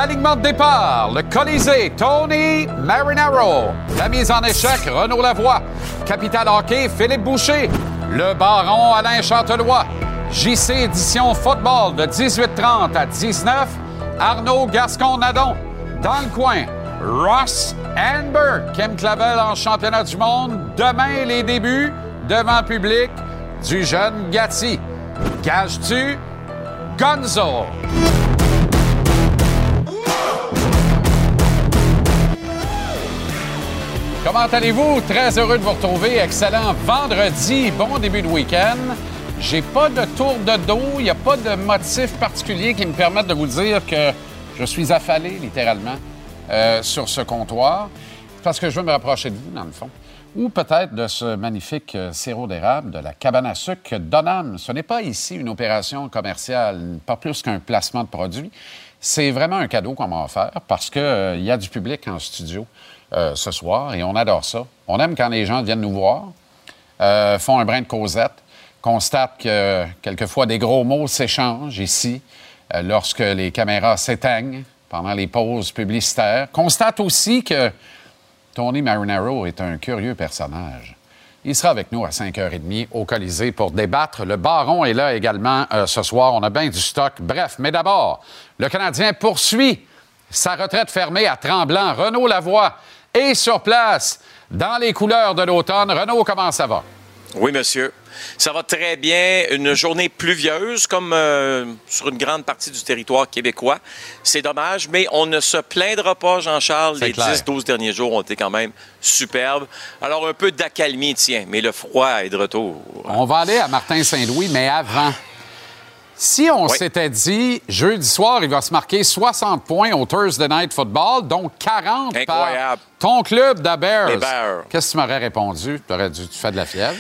L'alignement de départ, le Colisée, Tony Marinaro. La mise en échec, Renaud Lavoie. Capital Hockey, Philippe Boucher. Le Baron, Alain Chantelois. JC Édition Football de 18h30 à 19h. Arnaud Gascon-Nadon. Dans le coin, Ross Amber. Kim Clavel en championnat du monde. Demain, les débuts devant le public du jeune Gatti. Gages-tu Gonzo? Comment allez-vous? Très heureux de vous retrouver. Excellent vendredi. Bon début de week-end. J'ai pas de tour de dos. Il n'y a pas de motif particulier qui me permette de vous dire que je suis affalé, littéralement, sur ce comptoir. Parce que je veux me rapprocher de vous, dans le fond. Ou peut-être de ce magnifique sirop d'érable de la cabane à sucre Donham. Ce n'est pas ici une opération commerciale, pas plus qu'un placement de produit. C'est vraiment un cadeau qu'on m'a offert parce qu'il y a du public en studio ce soir et on adore ça. On aime quand les gens viennent nous voir, font un brin de causette, constatent que quelquefois des gros mots s'échangent ici lorsque les caméras s'éteignent pendant les pauses publicitaires. Constatent aussi que Tony Marinaro est un curieux personnage. Il sera avec nous à 5h30 au Colisée pour débattre. Le Baron est là également ce soir. On a bien du stock. Bref, mais d'abord, le Canadien poursuit sa retraite fermée à Tremblant. Renaud Lavoie est sur place dans les couleurs de l'automne. Renaud, comment ça va? Oui, monsieur. Ça va très bien. Une journée pluvieuse, comme sur une grande partie du territoire québécois. C'est dommage, mais on ne se plaindra pas, Jean-Charles. Les 10-12 derniers jours ont été quand même superbes. Alors, un peu d'accalmie, tiens, mais le froid est de retour. On va aller à Martin-Saint-Louis, mais avant... Si on s'était dit, jeudi soir, il va se marquer 60 points au Thursday Night Football, donc 40 Incroyable. Par ton club de Bears. Les Bears. Qu'est-ce que tu m'aurais répondu? Tu aurais dit, tu fais de la fièvre?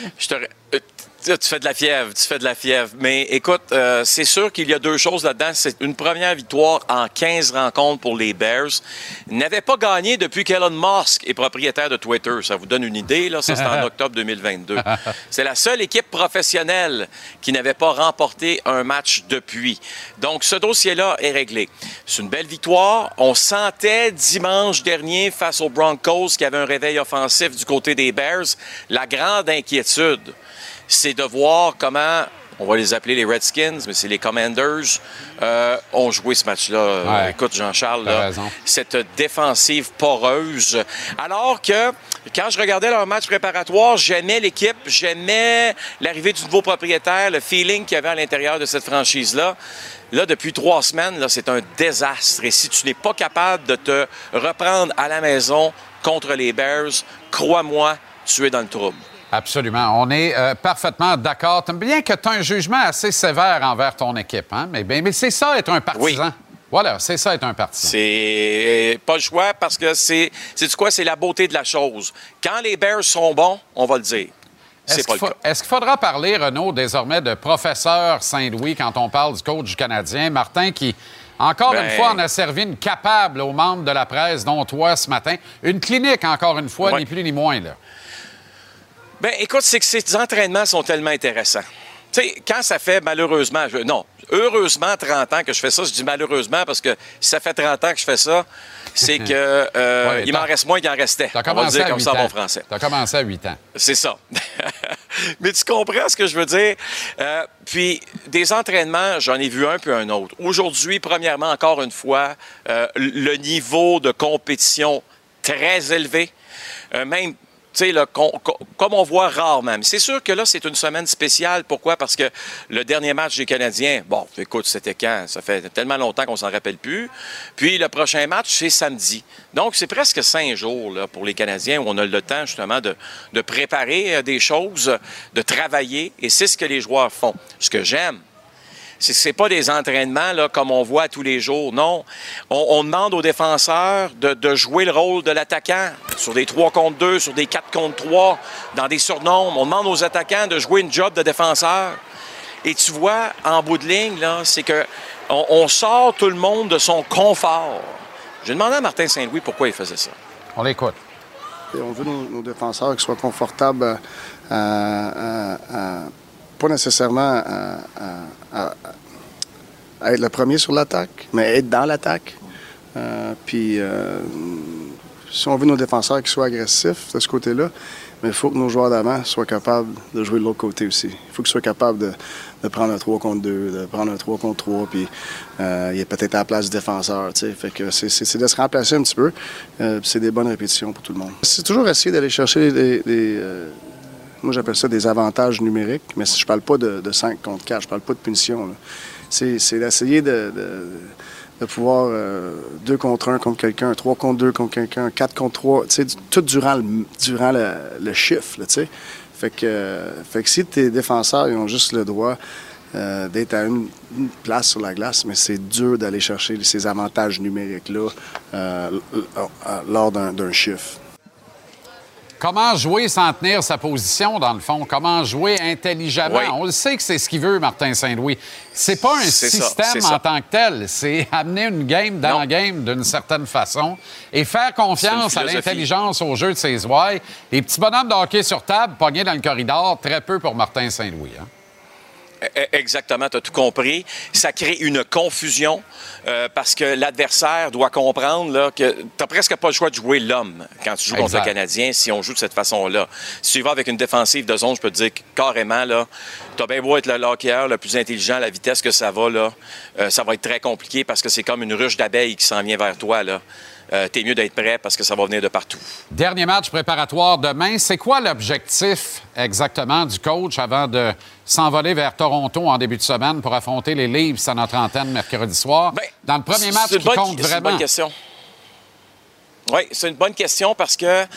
Tu fais de la fièvre. Mais écoute, c'est sûr qu'il y a deux choses là-dedans. C'est une première victoire en 15 rencontres pour les Bears. Ils n'avaient pas gagné depuis qu'Elon Musk est propriétaire de Twitter. Ça vous donne une idée, là? Ça, c'est en octobre 2022. C'est la seule équipe professionnelle qui n'avait pas remporté un match depuis. Donc, ce dossier-là est réglé. C'est une belle victoire. On sentait dimanche dernier, face aux Broncos, qu'il y avait un réveil offensif du côté des Bears. La grande inquiétude, c'est de voir comment, on va les appeler les Redskins, mais c'est les Commanders, ont joué ce match-là. Ouais. Écoute, Jean-Charles, là, cette défensive poreuse. Alors que, quand je regardais leur match préparatoire, j'aimais l'équipe, j'aimais l'arrivée du nouveau propriétaire, le feeling qu'il y avait à l'intérieur de cette franchise-là. Là, depuis 3 semaines, là, c'est un désastre. Et si tu n'es pas capable de te reprendre à la maison contre les Bears, crois-moi, tu es dans le trouble. Absolument. On est parfaitement d'accord. T'aimes bien que tu as un jugement assez sévère envers ton équipe, hein? Mais c'est ça, être un partisan. Oui. Voilà, c'est ça, être un partisan. C'est pas le choix parce que c'est quoi? C'est la beauté de la chose. Quand les Bears sont bons, on va le dire. C'est pas le cas. Est-ce qu'il faudra parler, Renaud, désormais de professeur Saint-Louis quand on parle du coach du Canadien? Martin, qui, encore une fois, en a servi une capable aux membres de la presse, dont toi ce matin. Une clinique, encore une fois, ni plus ni moins, là. Bien, écoute, c'est que ces entraînements sont tellement intéressants. Tu sais, quand ça fait malheureusement... heureusement 30 ans que je fais ça. Je dis malheureusement parce que si ça fait 30 ans que je fais ça, c'est que il m'en reste moins qu'il en restait. On va dire comme ça en bon français. Tu as commencé à 8 ans. C'est ça. Mais tu comprends ce que je veux dire? Puis, des entraînements, j'en ai vu un puis un autre. Aujourd'hui, premièrement, encore une fois, le niveau de compétition très élevé. Même... Tu sais, comme on voit rarement. Mais c'est sûr que là, c'est une semaine spéciale. Pourquoi? Parce que le dernier match des Canadiens, bon, écoute, c'était quand? Ça fait tellement longtemps qu'on s'en rappelle plus. Puis le prochain match, c'est samedi. Donc, c'est presque 5 jours là, pour les Canadiens où on a le temps, justement, de préparer des choses, de travailler. Et c'est ce que les joueurs font. Ce que j'aime, c'est pas des entraînements là, comme on voit tous les jours. Non. On demande aux défenseurs de jouer le rôle de l'attaquant sur des 3 contre 2, sur des 4 contre 3, dans des surnombres. On demande aux attaquants de jouer une job de défenseur. Et tu vois, en bout de ligne, là, c'est que on sort tout le monde de son confort. J'ai demandé à Martin Saint-Louis pourquoi il faisait ça. On l'écoute. On veut nos défenseurs qui soient confortables pas nécessairement à être le premier sur l'attaque, mais être dans l'attaque. Puis si on veut nos défenseurs qui soient agressifs de ce côté-là, mais il faut que nos joueurs d'avant soient capables de jouer de l'autre côté aussi. Il faut qu'ils soient capables de prendre un 3 contre 2, de prendre un 3 contre 3, puis il est peut-être à la place du défenseur. T'sais. Fait que c'est de se remplacer un petit peu. C'est des bonnes répétitions pour tout le monde. C'est toujours essayer d'aller chercher moi, j'appelle ça des avantages numériques, mais je parle pas de 5 contre 4, je parle pas de punition. Là. C'est d'essayer de pouvoir 2 contre 1 contre quelqu'un, 3 contre 2 contre quelqu'un, 4 contre 3, tout durant le chiffre. Là, fait que si tes défenseurs ils ont juste le droit d'être à une place sur la glace, mais c'est dur d'aller chercher ces avantages numériques-là lors d'un chiffre. Comment jouer sans tenir sa position, dans le fond? Comment jouer intelligemment? Oui. On le sait que c'est ce qu'il veut, Martin Saint-Louis. C'est pas un système en tant que tel. C'est amener une game dans la game d'une certaine façon et faire confiance à l'intelligence au jeu de ses ouailles. Les petits bonhommes de hockey sur table, pognés dans le corridor, très peu pour Martin Saint-Louis. Hein? Exactement, tu as tout compris. Ça crée une confusion parce que l'adversaire doit comprendre là, que tu n'as presque pas le choix de jouer l'homme quand tu joues contre le Canadien si on joue de cette façon-là. Si tu vas avec une défensive de zone, je peux te dire carrément, tu as bien beau être le hockeyeur le plus intelligent, la vitesse que ça va, là, ça va être très compliqué parce que c'est comme une ruche d'abeilles qui s'en vient vers toi. Là. T'es mieux d'être prêt parce que ça va venir de partout. Dernier match préparatoire demain. C'est quoi l'objectif exactement du coach avant de s'envoler vers Toronto en début de semaine pour affronter les Leafs à notre antenne mercredi soir? Bien, dans le premier match qui compte vraiment. C'est une bonne question. Oui, c'est une bonne question parce que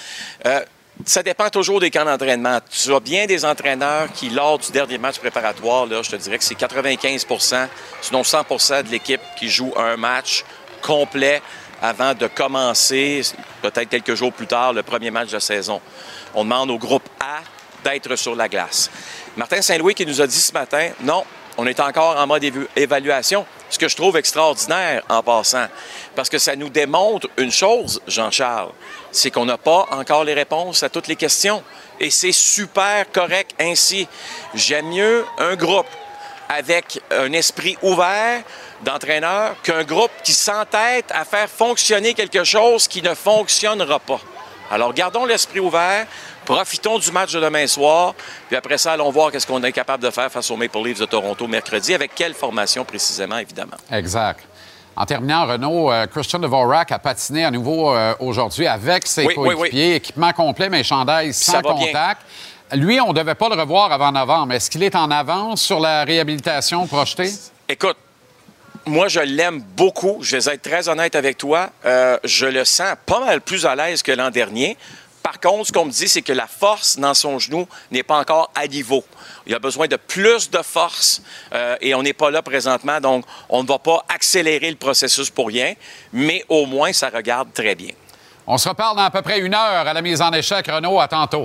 ça dépend toujours des camps d'entraînement. Tu as bien des entraîneurs qui, lors du dernier match préparatoire, là, je te dirais que c'est 95 sinon 100 de l'équipe qui joue un match complet avant de commencer, peut-être quelques jours plus tard, le premier match de la saison. On demande au groupe A d'être sur la glace. Martin Saint-Louis qui nous a dit ce matin, non, on est encore en mode évaluation, ce que je trouve extraordinaire en passant, parce que ça nous démontre une chose, Jean-Charles, c'est qu'on n'a pas encore les réponses à toutes les questions. Et c'est super correct ainsi. J'aime mieux un groupe avec un esprit ouvert d'entraîneur qu'un groupe qui s'entête à faire fonctionner quelque chose qui ne fonctionnera pas. Alors, gardons l'esprit ouvert, profitons du match de demain soir, puis après ça, allons voir qu'est-ce qu'on est capable de faire face aux Maple Leafs de Toronto mercredi, avec quelle formation précisément, évidemment. Exact. En terminant, Renaud, Christian Dvorak a patiné à nouveau aujourd'hui avec ses coéquipiers, équipement complet, mais chandail sans contact. Bien. Lui, on ne devait pas le revoir avant novembre. Est-ce qu'il est en avance sur la réhabilitation projetée? Écoute, moi, je l'aime beaucoup. Je vais être très honnête avec toi. Je le sens pas mal plus à l'aise que l'an dernier. Par contre, ce qu'on me dit, c'est que la force dans son genou n'est pas encore à niveau. Il a besoin de plus de force et on n'est pas là présentement. Donc, on ne va pas accélérer le processus pour rien, mais au moins, ça regarde très bien. On se reparle dans à peu près 1 heure à la mise en échec. Renaud, à tantôt.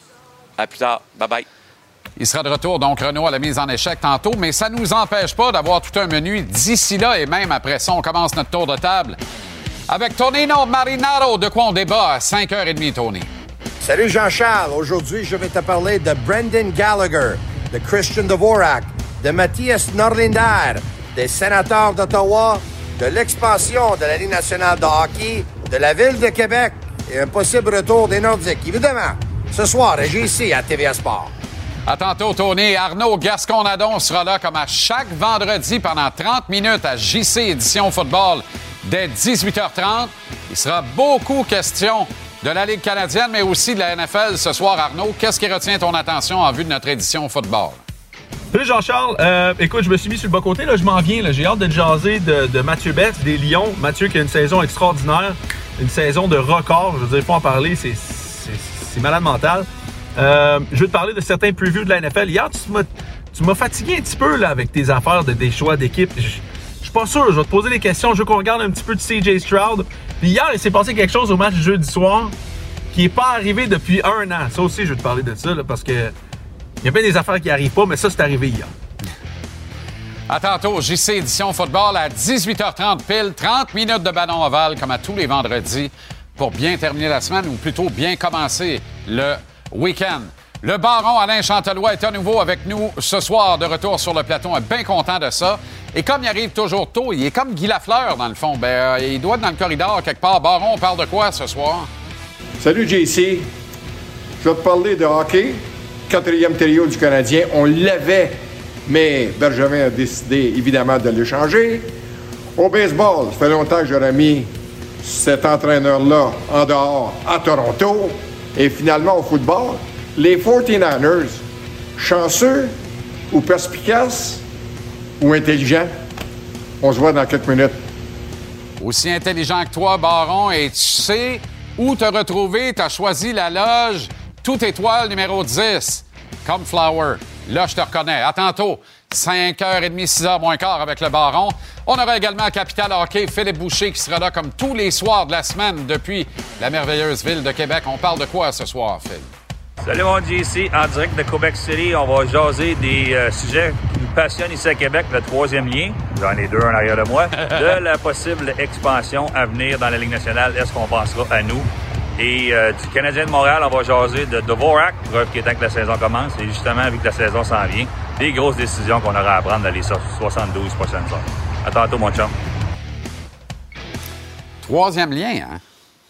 À plus tard. Bye-bye. Il sera de retour, donc, Renaud, à la mise en échec tantôt, mais ça ne nous empêche pas d'avoir tout un menu d'ici là et même après ça. On commence notre tour de table avec Tonino Marinaro. De quoi on débat à 5h30, Tony? Salut Jean-Charles. Aujourd'hui, je vais te parler de Brendan Gallagher, de Christian Dvorak, de Mattias Norlinder, des Sénateurs d'Ottawa, de l'expansion de la Ligue nationale de hockey, de la Ville de Québec et un possible retour des Nordiques. Évidemment, ce soir, ici à TVA Sport. À tantôt, Tony. Arnaud Gascon-Nadon sera là comme à chaque vendredi pendant 30 minutes à JC Édition Football dès 18h30. Il sera beaucoup question de la Ligue canadienne, mais aussi de la NFL ce soir, Arnaud. Qu'est-ce qui retient ton attention en vue de notre édition football? Salut Jean-Charles. Écoute, je me suis mis sur le bas côté. Là, je m'en viens. Là. J'ai hâte de jaser de Mathieu Betts, des Lions. Mathieu qui a une saison extraordinaire, une saison de record. Je veux dire, il faut en parler. C'est malade mental. Je veux te parler de certains previews de la NFL. Hier, tu m'as fatigué un petit peu là, avec tes affaires des choix d'équipe. Je suis pas sûr. Je vais te poser des questions. Je veux qu'on regarde un petit peu de CJ Stroud. Puis hier, il s'est passé quelque chose au match du jeudi soir qui n'est pas arrivé depuis 1 an. Ça aussi, je veux te parler de ça là, parce que il y a bien des affaires qui n'arrivent pas, mais ça, c'est arrivé hier. À tantôt, JC Édition Football à 18h30 pile. 30 minutes de ballon ovale comme à tous les vendredis pour bien terminer la semaine ou plutôt bien commencer le week-end. Le baron Alain Chantelois est à nouveau avec nous ce soir de retour sur le plateau. Bien content de ça. Et comme il arrive toujours tôt, il est comme Guy Lafleur, dans le fond. Il doit être dans le corridor quelque part. Baron, on parle de quoi ce soir? Salut, JC. Je vais te parler de hockey. 4e trio du Canadien. On l'avait, mais Bergevin a décidé, évidemment, de l'échanger. Au baseball, ça fait longtemps que j'aurais mis cet entraîneur-là en dehors à Toronto. Et finalement, au football, les 49ers, chanceux ou perspicaces ou intelligents? On se voit dans quelques minutes. Aussi intelligent que toi, Baron, et tu sais où te retrouver. Tu as choisi la loge Toute étoile numéro 10, comme Flower. Là, je te reconnais. À tantôt, 5h30, 6h moins quart avec le Baron. On aura également à Capital Hockey Philippe Boucher qui sera là comme tous les soirs de la semaine depuis la merveilleuse ville de Québec. On parle de quoi ce soir, Phil? Salut mon JC, en direct de Québec City, on va jaser des sujets qui nous passionnent ici à Québec, le 3e lien, j'en ai 2 en arrière de moi, de la possible expansion à venir dans la Ligue nationale, est-ce qu'on pensera à nous? Et du Canadien de Montréal, on va jaser de Dvorak, preuve qu'il est temps que la saison commence, et justement, vu que la saison s'en vient, des grosses décisions qu'on aura à prendre dans les 72 prochaines heures. À tantôt, mon chum. 3e lien, hein?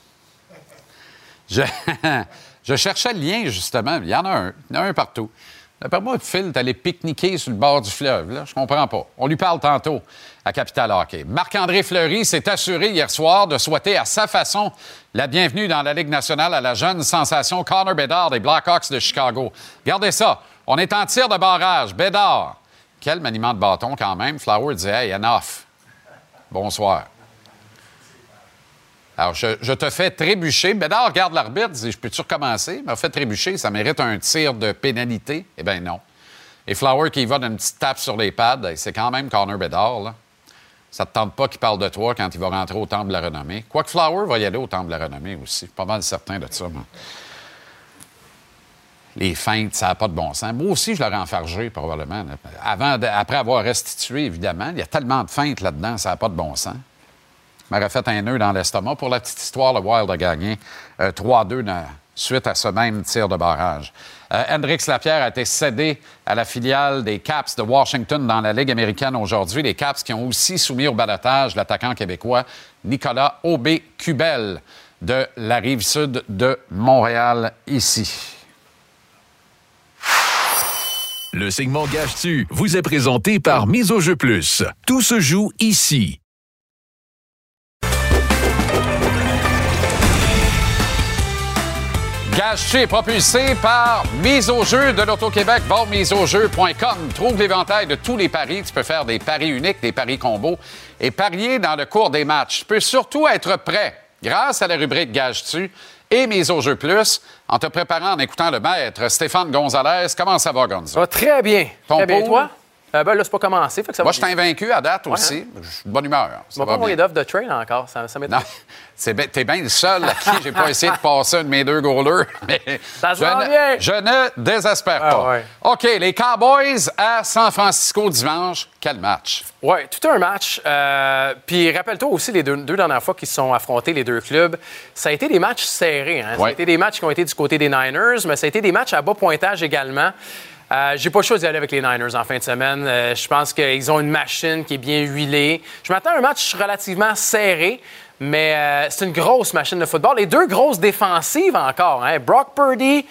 Je cherchais le lien, justement. Il y en a un. Il y en a un partout. D'après moi, Phil, t'es allé pique-niquer sur le bord du fleuve. Là. Je comprends pas. On lui parle tantôt à Capital Hockey. Marc-André Fleury s'est assuré hier soir de souhaiter à sa façon la bienvenue dans la Ligue nationale à la jeune sensation Connor Bedard des Blackhawks de Chicago. Regardez ça. On est en tir de barrage. Bedard. Quel maniement de bâton quand même. Flower disait « Hey, enough. Bonsoir. » Alors, je te fais trébucher. Bédard regarde l'arbitre, dit « Je peux-tu recommencer? » Il m'a fait trébucher, ça mérite un tir de pénalité. Eh bien, non. Et Flower qui y va d'une petite tape sur les pads, c'est quand même Connor Bedard, là. Ça te tente pas qu'il parle de toi quand il va rentrer au Temple de la Renommée. Quoique Flower va y aller au Temple de la Renommée aussi. Je suis pas mal certain de ça, moi. Les feintes, ça n'a pas de bon sens. Moi aussi, je l'aurais enfargé, probablement. Après avoir restitué, évidemment. Il y a tellement de feintes là-dedans, ça n'a pas de bon sens. M'aurait fait un nœud dans l'estomac. Pour la petite histoire, le Wild a gagné 3-2 suite à ce même tir de barrage. Hendrix Lapierre a été cédé à la filiale des Caps de Washington dans la Ligue américaine aujourd'hui. Les Caps qui ont aussi soumis au ballottage l'attaquant québécois Nicolas Aubé-Kubel de la Rive-Sud de Montréal ici. Le segment Gage-tu vous est présenté par Mise au jeu plus. Tout se joue ici. Gage-tu est propulsé par Mise au jeu de l'Auto-Québec. Va miseaujeu.com. Trouve l'éventail de tous les paris. Tu peux faire des paris uniques, des paris combos et parier dans le cours des matchs. Tu peux surtout être prêt grâce à la rubrique Gage-tu et Mise au jeu plus en te préparant en écoutant le maître Stéphane Gonzalez. Comment ça va, Gonzo? Ça va très bien. Ton très bien, pool? toi? Là, c'est pas commencé. Fait que ça Moi, va je suis invaincu à date aussi. Hein? Je suis de bonne humeur. Tu m'as pas envoyé d'offre de train encore. Ça m'étonne. Non, t'es bien le seul à qui j'ai pas essayé de passer un de mes 2 goalers. Mais ça se rend bien. Je ne désespère pas. Ouais. OK, les Cowboys à San Francisco dimanche. Quel match? Oui, tout un match. Puis rappelle-toi aussi les deux dernières fois qu'ils se sont affrontés, les deux clubs. Ça a été des matchs serrés. Hein? Ça a été des matchs qui ont été du côté des Niners, mais ça a été des matchs à bas pointage également. J'ai pas le choix d'y aller avec les Niners en fin de semaine. Je pense qu'ils ont une machine qui est bien huilée. Je m'attends à un match relativement serré, mais c'est une grosse machine de football. Les deux grosses défensives encore. Hein? Brock Purdy,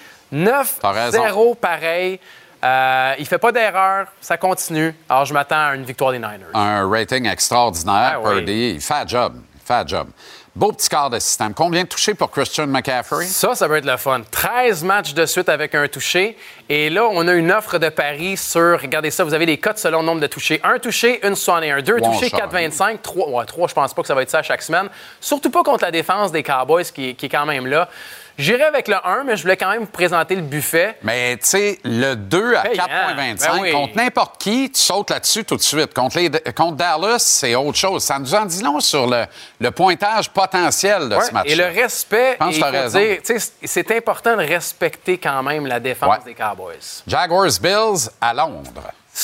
9-0 pareil. Il fait pas d'erreur, ça continue. Alors, je m'attends à une victoire des Niners. Un rating extraordinaire, Purdy. Oui. Il fait un job. Beau petit quart de système. Combien de touchés pour Christian McCaffrey? Ça va être le fun. 13 matchs de suite avec un touché. Et là, on a une offre de paris sur... Regardez ça, vous avez les cotes selon le nombre de touchés. 1 touché, 1,61. 2 touchés, 4,25. 3, je pense pas que ça va être ça chaque semaine. Surtout pas contre la défense des Cowboys qui est quand même là. J'irai avec le 1, mais je voulais quand même vous présenter le buffet. Mais, tu sais, le 2 à 4,25, contre n'importe qui, tu sautes là-dessus tout de suite. Contre Dallas, c'est autre chose. Ça nous en dit long sur le pointage potentiel de ce match-là. Et le respect, je pense que tu as raison. C'est important de respecter quand même la défense des Cowboys. Jaguars-Bills à Londres.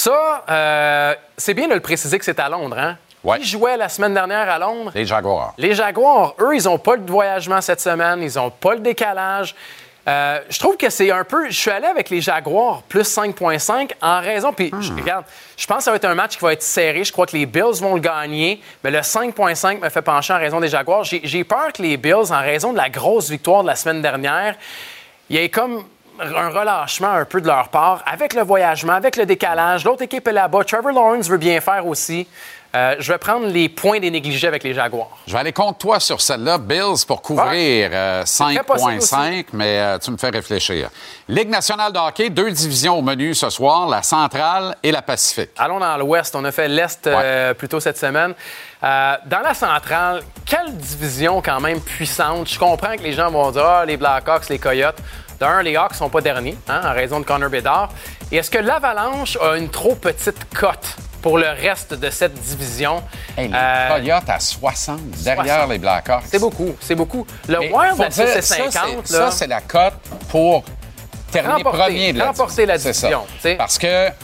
Ça, c'est bien de le préciser que c'est à Londres, hein? Ouais. Qui jouait la semaine dernière à Londres? Les Jaguars. Les Jaguars, eux, ils n'ont pas le voyagement cette semaine. Ils n'ont pas le décalage. Je trouve que c'est un peu... Je suis allé avec les Jaguars plus 5,5 en raison... Puis, regarde, je pense que ça va être un match qui va être serré. Je crois que les Bills vont le gagner. Mais le 5,5 me fait pencher en raison des Jaguars. J'ai peur que les Bills, en raison de la grosse victoire de la semaine dernière, il y ait comme un relâchement un peu de leur part. Avec le voyagement, avec le décalage, l'autre équipe est là-bas. Trevor Lawrence veut bien faire aussi. Je vais prendre les points des négligés avec les Jaguars. Je vais aller contre toi sur celle-là. Bills pour couvrir 5,5, mais tu me fais réfléchir. Ligue nationale de hockey, 2 divisions au menu ce soir, la centrale et la Pacifique. Allons dans l'Ouest. On a fait l'Est plus tôt cette semaine. Dans la centrale, quelle division quand même puissante. Je comprends que les gens vont dire les Blackhawks, les Coyotes. D'un, les Hawks ne sont pas derniers, en raison de Connor Bedard. Et est-ce que l'Avalanche a une trop petite cote pour le reste de cette division? Hey, les Coyotes à 60 derrière les Blackhawks. C'est beaucoup, c'est beaucoup. Le Wild à 6 et 50. Ça, c'est la cote pour terminer premier de la remporter la division. Parce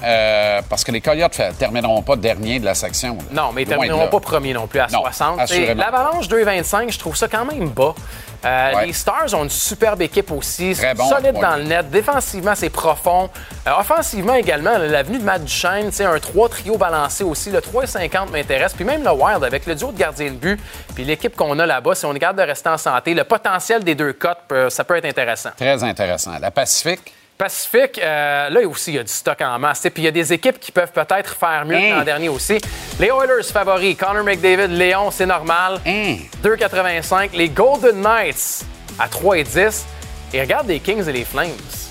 que les Coyotes ne termineront pas dernier de la section. Là. Non, mais ils ne termineront pas premier non plus à 60. L'Avalanche 2,25, je trouve ça quand même bas. Les Stars ont une superbe équipe aussi, solide dans le net. Défensivement, c'est profond. Offensivement également, l'avenue de Matt Duchesne, un 3 trio balancé aussi. Le 3,50 m'intéresse. Puis même le Wild, avec le duo de gardien de but, puis l'équipe qu'on a là-bas, si on est capable de rester en santé, le potentiel des deux cotes, ça peut être intéressant. Très intéressant. La Pacifique? Pacifique, là aussi, il y a du stock en masse. Puis il y a des équipes qui peuvent peut-être faire mieux que l'an dernier aussi. Les Oilers favoris, Connor McDavid, Léon, c'est normal. 2,85. Les Golden Knights à 3,10. Et regarde les Kings et les Flames.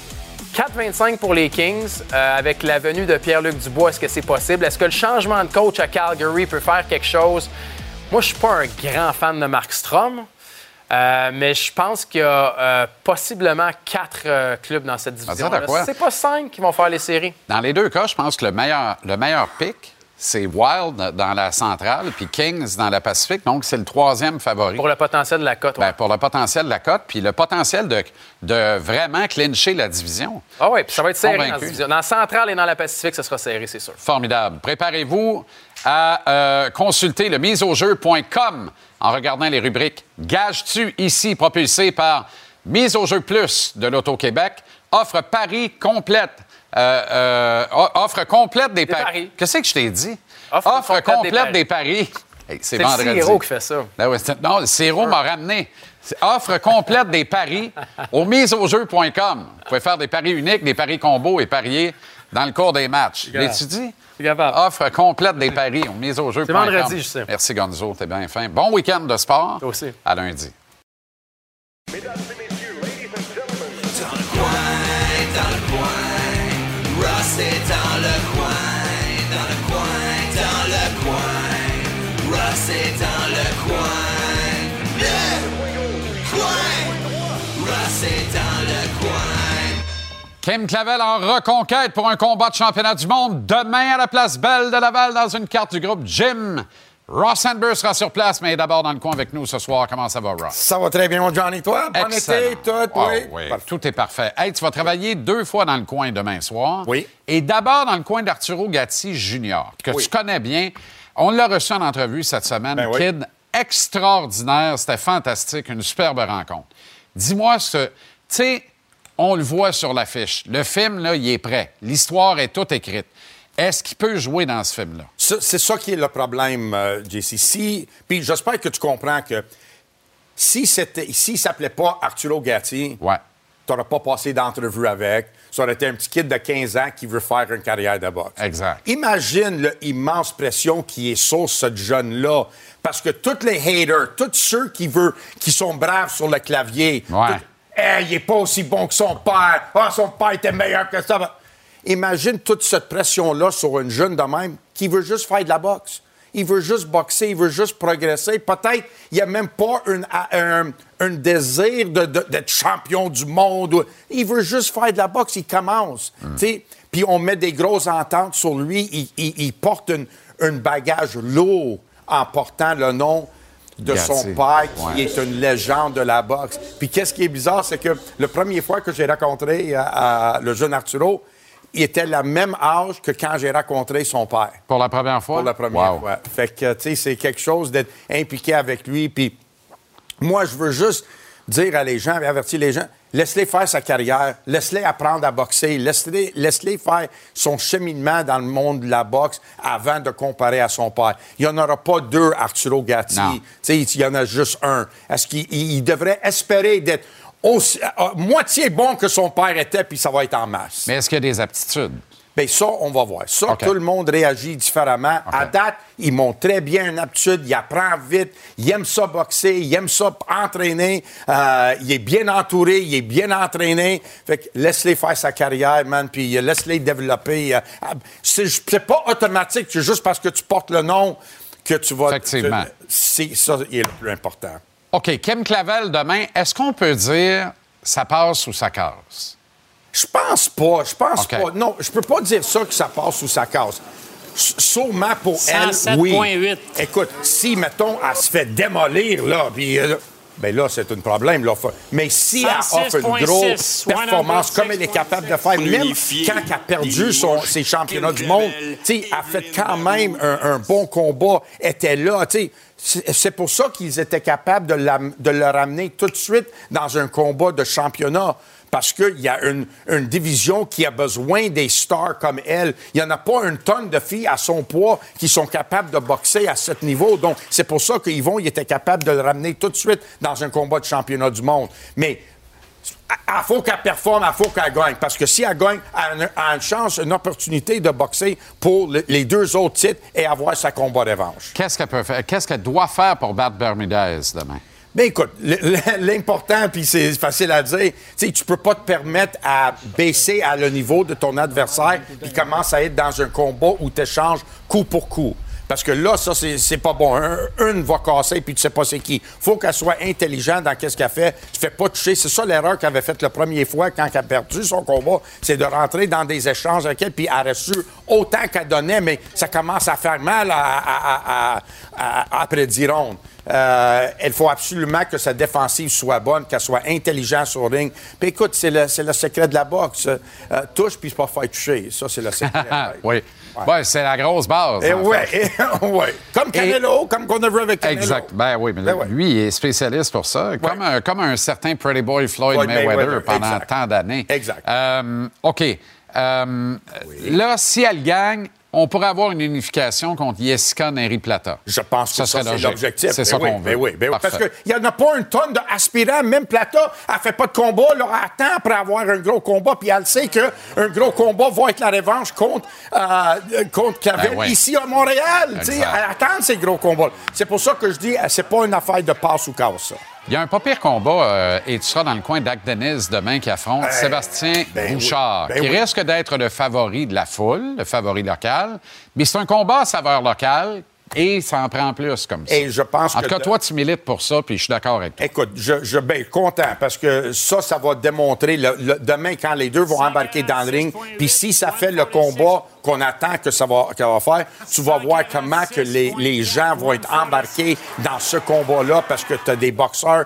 4,25 pour les Kings. Avec la venue de Pierre-Luc Dubois, est-ce que c'est possible? Est-ce que le changement de coach à Calgary peut faire quelque chose? Moi, je suis pas un grand fan de Markstrom. Mais je pense qu'il y a possiblement 4 clubs dans cette division. C'est pas 5 qui vont faire les séries. Dans les deux cas, je pense que le meilleur pick, c'est Wild dans la centrale, puis Kings dans la Pacifique. Donc, c'est le 3e favori. Pour le potentiel de la cote. Pour le potentiel de la cote, puis le potentiel de vraiment clincher la division. Ah oui, puis ça va être serré dans la division. Dans la centrale et dans la Pacifique, ce sera serré, c'est sûr. Formidable. Préparez-vous à consulter le miseaujeu.com en regardant les rubriques « Gages-tu » ici, propulsé par Mise au jeu plus de l'Auto-Québec, offre paris complète. Offre complète des paris. Qu'est-ce que je t'ai dit? Offre complète des paris. Hey, c'est vendredi. C'est le Siro qui fait ça. Non, le Siro m'a ramené. Offre complète des paris au miseaujeu.com. Vous pouvez faire des paris uniques, des paris combos et parier dans le cours des matchs. L'as-tu dit? Offre complète des paris au miseaujeu.com. C'est vendredi, je sais. Merci, Gonzo. T'es bien fin. Bon week-end de sport. Toi aussi. À lundi. Mesdames et messieurs, ladies and gentlemen. Dans le coin, Ross est dans le coin, Ross est dans le coin, Ross est dans le coin. Kim Clavel en reconquête pour un combat de championnat du monde demain à la Place Belle de Laval dans une carte du groupe Jim. Ross Sandberg sera sur place, mais d'abord dans le coin avec nous ce soir. Comment ça va, Ross? Ça va très bien, mon Johnny. Toi, bon été, tout, oui. Tout est parfait. Hey, tu vas travailler 2 fois dans le coin demain soir. Oui. Et d'abord dans le coin d'Arturo Gatti Jr., que tu connais bien. On l'a reçu en entrevue cette semaine. Kid extraordinaire. C'était fantastique. Une superbe rencontre. Dis-moi, tu sais, on le voit sur l'affiche. Le film, là, il est prêt. L'histoire est toute écrite. Est-ce qu'il peut jouer dans ce film-là? C'est ça qui est le problème, JC. Puis j'espère que tu comprends que s'il ne s'appelait pas Arturo Gatti, tu n'aurais pas passé d'entrevue avec. Ça aurait été un petit kid de 15 ans qui veut faire une carrière de boxe. Exact. Imagine l'immense pression qui est sur ce jeune-là. Parce que tous les haters, tous ceux qui sont braves sur le clavier, il n'est pas aussi bon que son père. Son père était meilleur que ça. Imagine toute cette pression-là sur une jeune de même qui veut juste faire de la boxe. Il veut juste boxer, il veut juste progresser. Peut-être il n'y a même pas un désir d'être champion du monde. Il veut juste faire de la boxe, il commence. Puis on met des grosses ententes sur lui. Il porte un bagage lourd en portant le nom de son père, qui est une légende de la boxe. Puis qu'est-ce qui est bizarre, c'est que la première fois que j'ai rencontré le jeune Arturo, il était le même âge que quand j'ai rencontré son père. Pour la première fois? Pour la première fois. Fait que, tu sais, c'est quelque chose d'être impliqué avec lui. Puis moi, je veux juste dire à les gens, avertir les gens, Laisse-les faire sa carrière, laisse-les apprendre à boxer, laisse-les faire son cheminement dans le monde de la boxe avant de comparer à son père. Il n'y en aura pas deux Arturo Gatti. Il y en a juste un. Est-ce qu'il devrait espérer d'être aussi, moitié bon que son père était, puis ça va être en masse? Mais est-ce qu'il y a des aptitudes? Bien, ça, on va voir. Ça, tout le monde réagit différemment. À date, il montre très bien une aptitude, il apprend vite, il aime ça boxer, il aime ça entraîner, il est bien entouré, il est bien entraîné. Fait que laisse-les faire sa carrière, man, puis laisse-les développer. C'est pas automatique, c'est juste parce que tu portes le nom que tu vas... Effectivement. C'est ça qui est le plus important. OK, Kim Clavel, demain, est-ce qu'on peut dire ça passe ou ça casse? Je pense pas. Non, je peux pas dire ça que ça passe ou ça casse. Sûrement pour elle, oui. 107,8. Écoute, si, mettons, elle se fait démolir, là, puis... bien là, c'est un problème. Là. Mais si elle offre une grosse performance comme elle est capable de faire, même quand elle a perdu ses championnats du monde, elle a fait quand même un bon combat, était là. C'est pour ça qu'ils étaient capables de le ramener tout de suite dans un combat de championnat. Parce qu'il y a une division qui a besoin des stars comme elle. Il n'y en a pas une tonne de filles à son poids qui sont capables de boxer à ce niveau. Donc, c'est pour ça qu'Yvon était capable de le ramener tout de suite dans un combat de championnat du monde. Mais il faut qu'elle performe, il faut qu'elle gagne. Parce que si elle gagne, elle a une chance, une opportunité de boxer pour les deux autres titres et avoir sa combat revanche. Qu'est-ce qu'elle peut faire? Qu'est-ce qu'elle doit faire pour battre Bermudez demain? Bien, écoute, l'important, puis c'est facile à dire, tu peux pas te permettre à baisser à le niveau de ton adversaire puis commence à être dans un combat où tu échanges coup pour coup. Parce que là, ça, c'est pas bon. Une va casser, puis tu sais pas c'est qui. Faut qu'elle soit intelligente dans qu'est-ce qu'elle fait. Tu fais pas toucher. C'est ça l'erreur qu'elle avait faite la première fois quand elle a perdu son combat. C'est de rentrer dans des échanges avec elle, puis elle a reçu autant qu'elle donnait, mais ça commence à faire mal après 10 rondes. Il faut absolument que sa défensive soit bonne, qu'elle soit intelligente sur le ring. Puis écoute, c'est le secret de la boxe. Touche, puis pas faire toucher. Ça, c'est le secret. Oui. Ouais, c'est la grosse base. Oui. Comme Canelo, comme qu'on a vu avec Canelo. Exact. Ben oui, mais lui, il est spécialiste pour ça. Comme un certain Pretty Boy Floyd Mayweather pendant tant d'années. Exact. OK. Là, si elle gagne, on pourrait avoir une unification contre Jessica Neri-Plata. Je pense que ça c'est l'objectif. C'est ça qu'on veut. Oui. Parce qu'il n'y en a pas une tonne d'aspirants. Même Plata, elle ne fait pas de combat. Elle attend après avoir un gros combat. Puis elle sait qu'un gros combat va être la revanche contre Clavel ici à Montréal. Elle attend ces gros combats. C'est pour ça que je dis c'est pas une affaire de passe ou casse, ça. Il y a un pas pire combat, et tu seras dans le coin d'Ac-Denis demain, qui affronte Sébastien Bouchard, qui risque d'être le favori de la foule, le favori local. Mais c'est un combat à saveur locale et ça en prend plus comme ça. Et je pense en tout cas, toi, tu milites pour ça, puis je suis d'accord avec toi. Écoute, je suis bien content parce que ça va démontrer demain quand les deux vont embarquer dans le ring. Puis si ça fait le combat qu'on attend qu'elle va faire, tu vas voir comment que les gens vont être embarqués dans ce combat-là parce que tu as des boxeurs,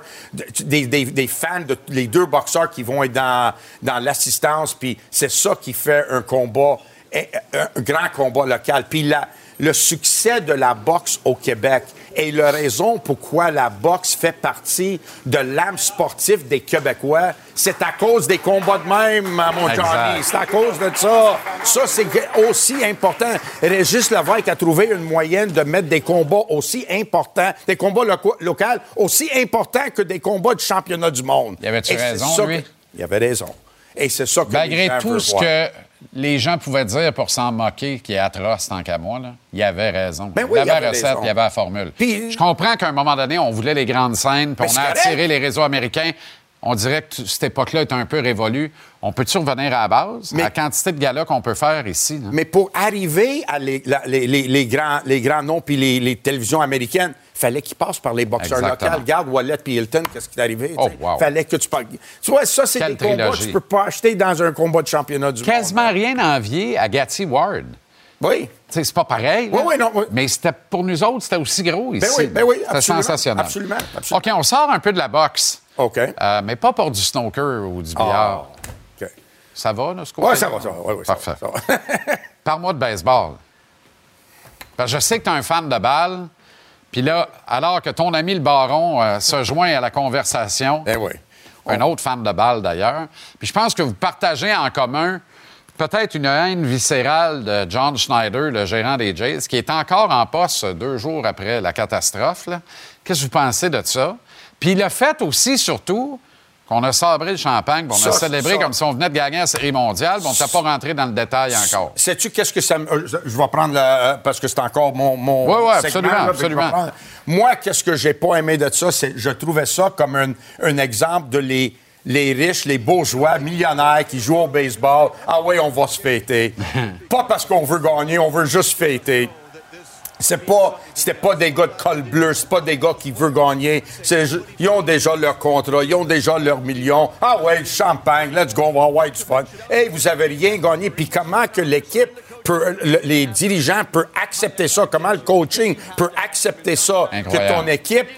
des fans de les deux boxeurs qui vont être dans l'assistance. Puis c'est ça qui fait un combat, un grand combat local. Puis le succès de la boxe au Québec est la raison pourquoi la boxe fait partie de l'âme sportive des Québécois. C'est à cause des combats de même, mon Johnny. C'est à cause de ça. Ça, c'est aussi important. Régis Lévesque a trouvé une moyenne de mettre des combats aussi importants, des combats locaux aussi importants que des combats de championnat du monde. Il avait-tu raison, lui? Il avait raison. Et c'est ça que malgré tout ce que les gens pouvaient dire pour s'en moquer, qui est atroce tant qu'à moi, là, il avait raison. Ben oui, il avait la recette, il avait la formule. Puis, je comprends qu'à un moment donné, on voulait les grandes scènes, puis on a attiré les réseaux américains. On dirait que cette époque-là est un peu révolue. On peut-tu revenir à la base? La quantité de galas qu'on peut faire ici. Là? Mais pour arriver à les grands noms puis les télévisions américaines, fallait qu'ils passent par les boxeurs locaux. Regarde Wallet puis Hilton, qu'est-ce qui est arrivé? Fallait que tu parles. Tu vois, ça, c'est des combats que tu peux pas acheter dans un combat de championnat du monde. Quasiment rien à envier à Gatti Ward. Oui. T'sais, c'est pas pareil. Là. Oui, non. Oui. Mais pour nous autres, c'était aussi gros ici. Ben oui, c'était sensationnel. Absolument. OK, on sort un peu de la boxe. OK. Mais pas pour du snooker ou du billard. OK. Ça va, là, ce côté? Oui, ça va. Oui, parfait. Ça va. Parle-moi de baseball. Parce que je sais que tu es un fan de balle. Puis là, alors que ton ami le baron se joint à la conversation, un autre fan de balle d'ailleurs. Puis je pense que vous partagez en commun peut-être une haine viscérale de John Schneider, le gérant des Jays, qui est encore en poste 2 jours après la catastrophe. Là. Qu'est-ce que vous pensez de ça? Puis le fait aussi, surtout, qu'on a sabré le champagne, on a célébré comme si on venait de gagner la Série mondiale, on ne t'a pas rentré dans le détail encore. Sais-tu qu'est-ce que ça me... Je vais prendre parce que c'est encore mon oui, segment. Absolument. Moi, qu'est-ce que j'ai pas aimé de ça, c'est je trouvais ça comme un exemple de les riches, les bourgeois, millionnaires qui jouent au baseball. Ah oui, on va se fêter. Pas parce qu'on veut gagner, on veut juste fêter. C'était pas des gars de col bleu, c'est pas des gars qui veulent gagner. Ils ont déjà leur contrat, ils ont déjà leurs millions. Ah ouais, le champagne, let's go, on va avoir du fun. Hey, vous avez rien gagné. Puis comment que l'équipe les dirigeants peuvent accepter ça? Comment le coaching peut accepter ça? Incroyable. Que ton équipe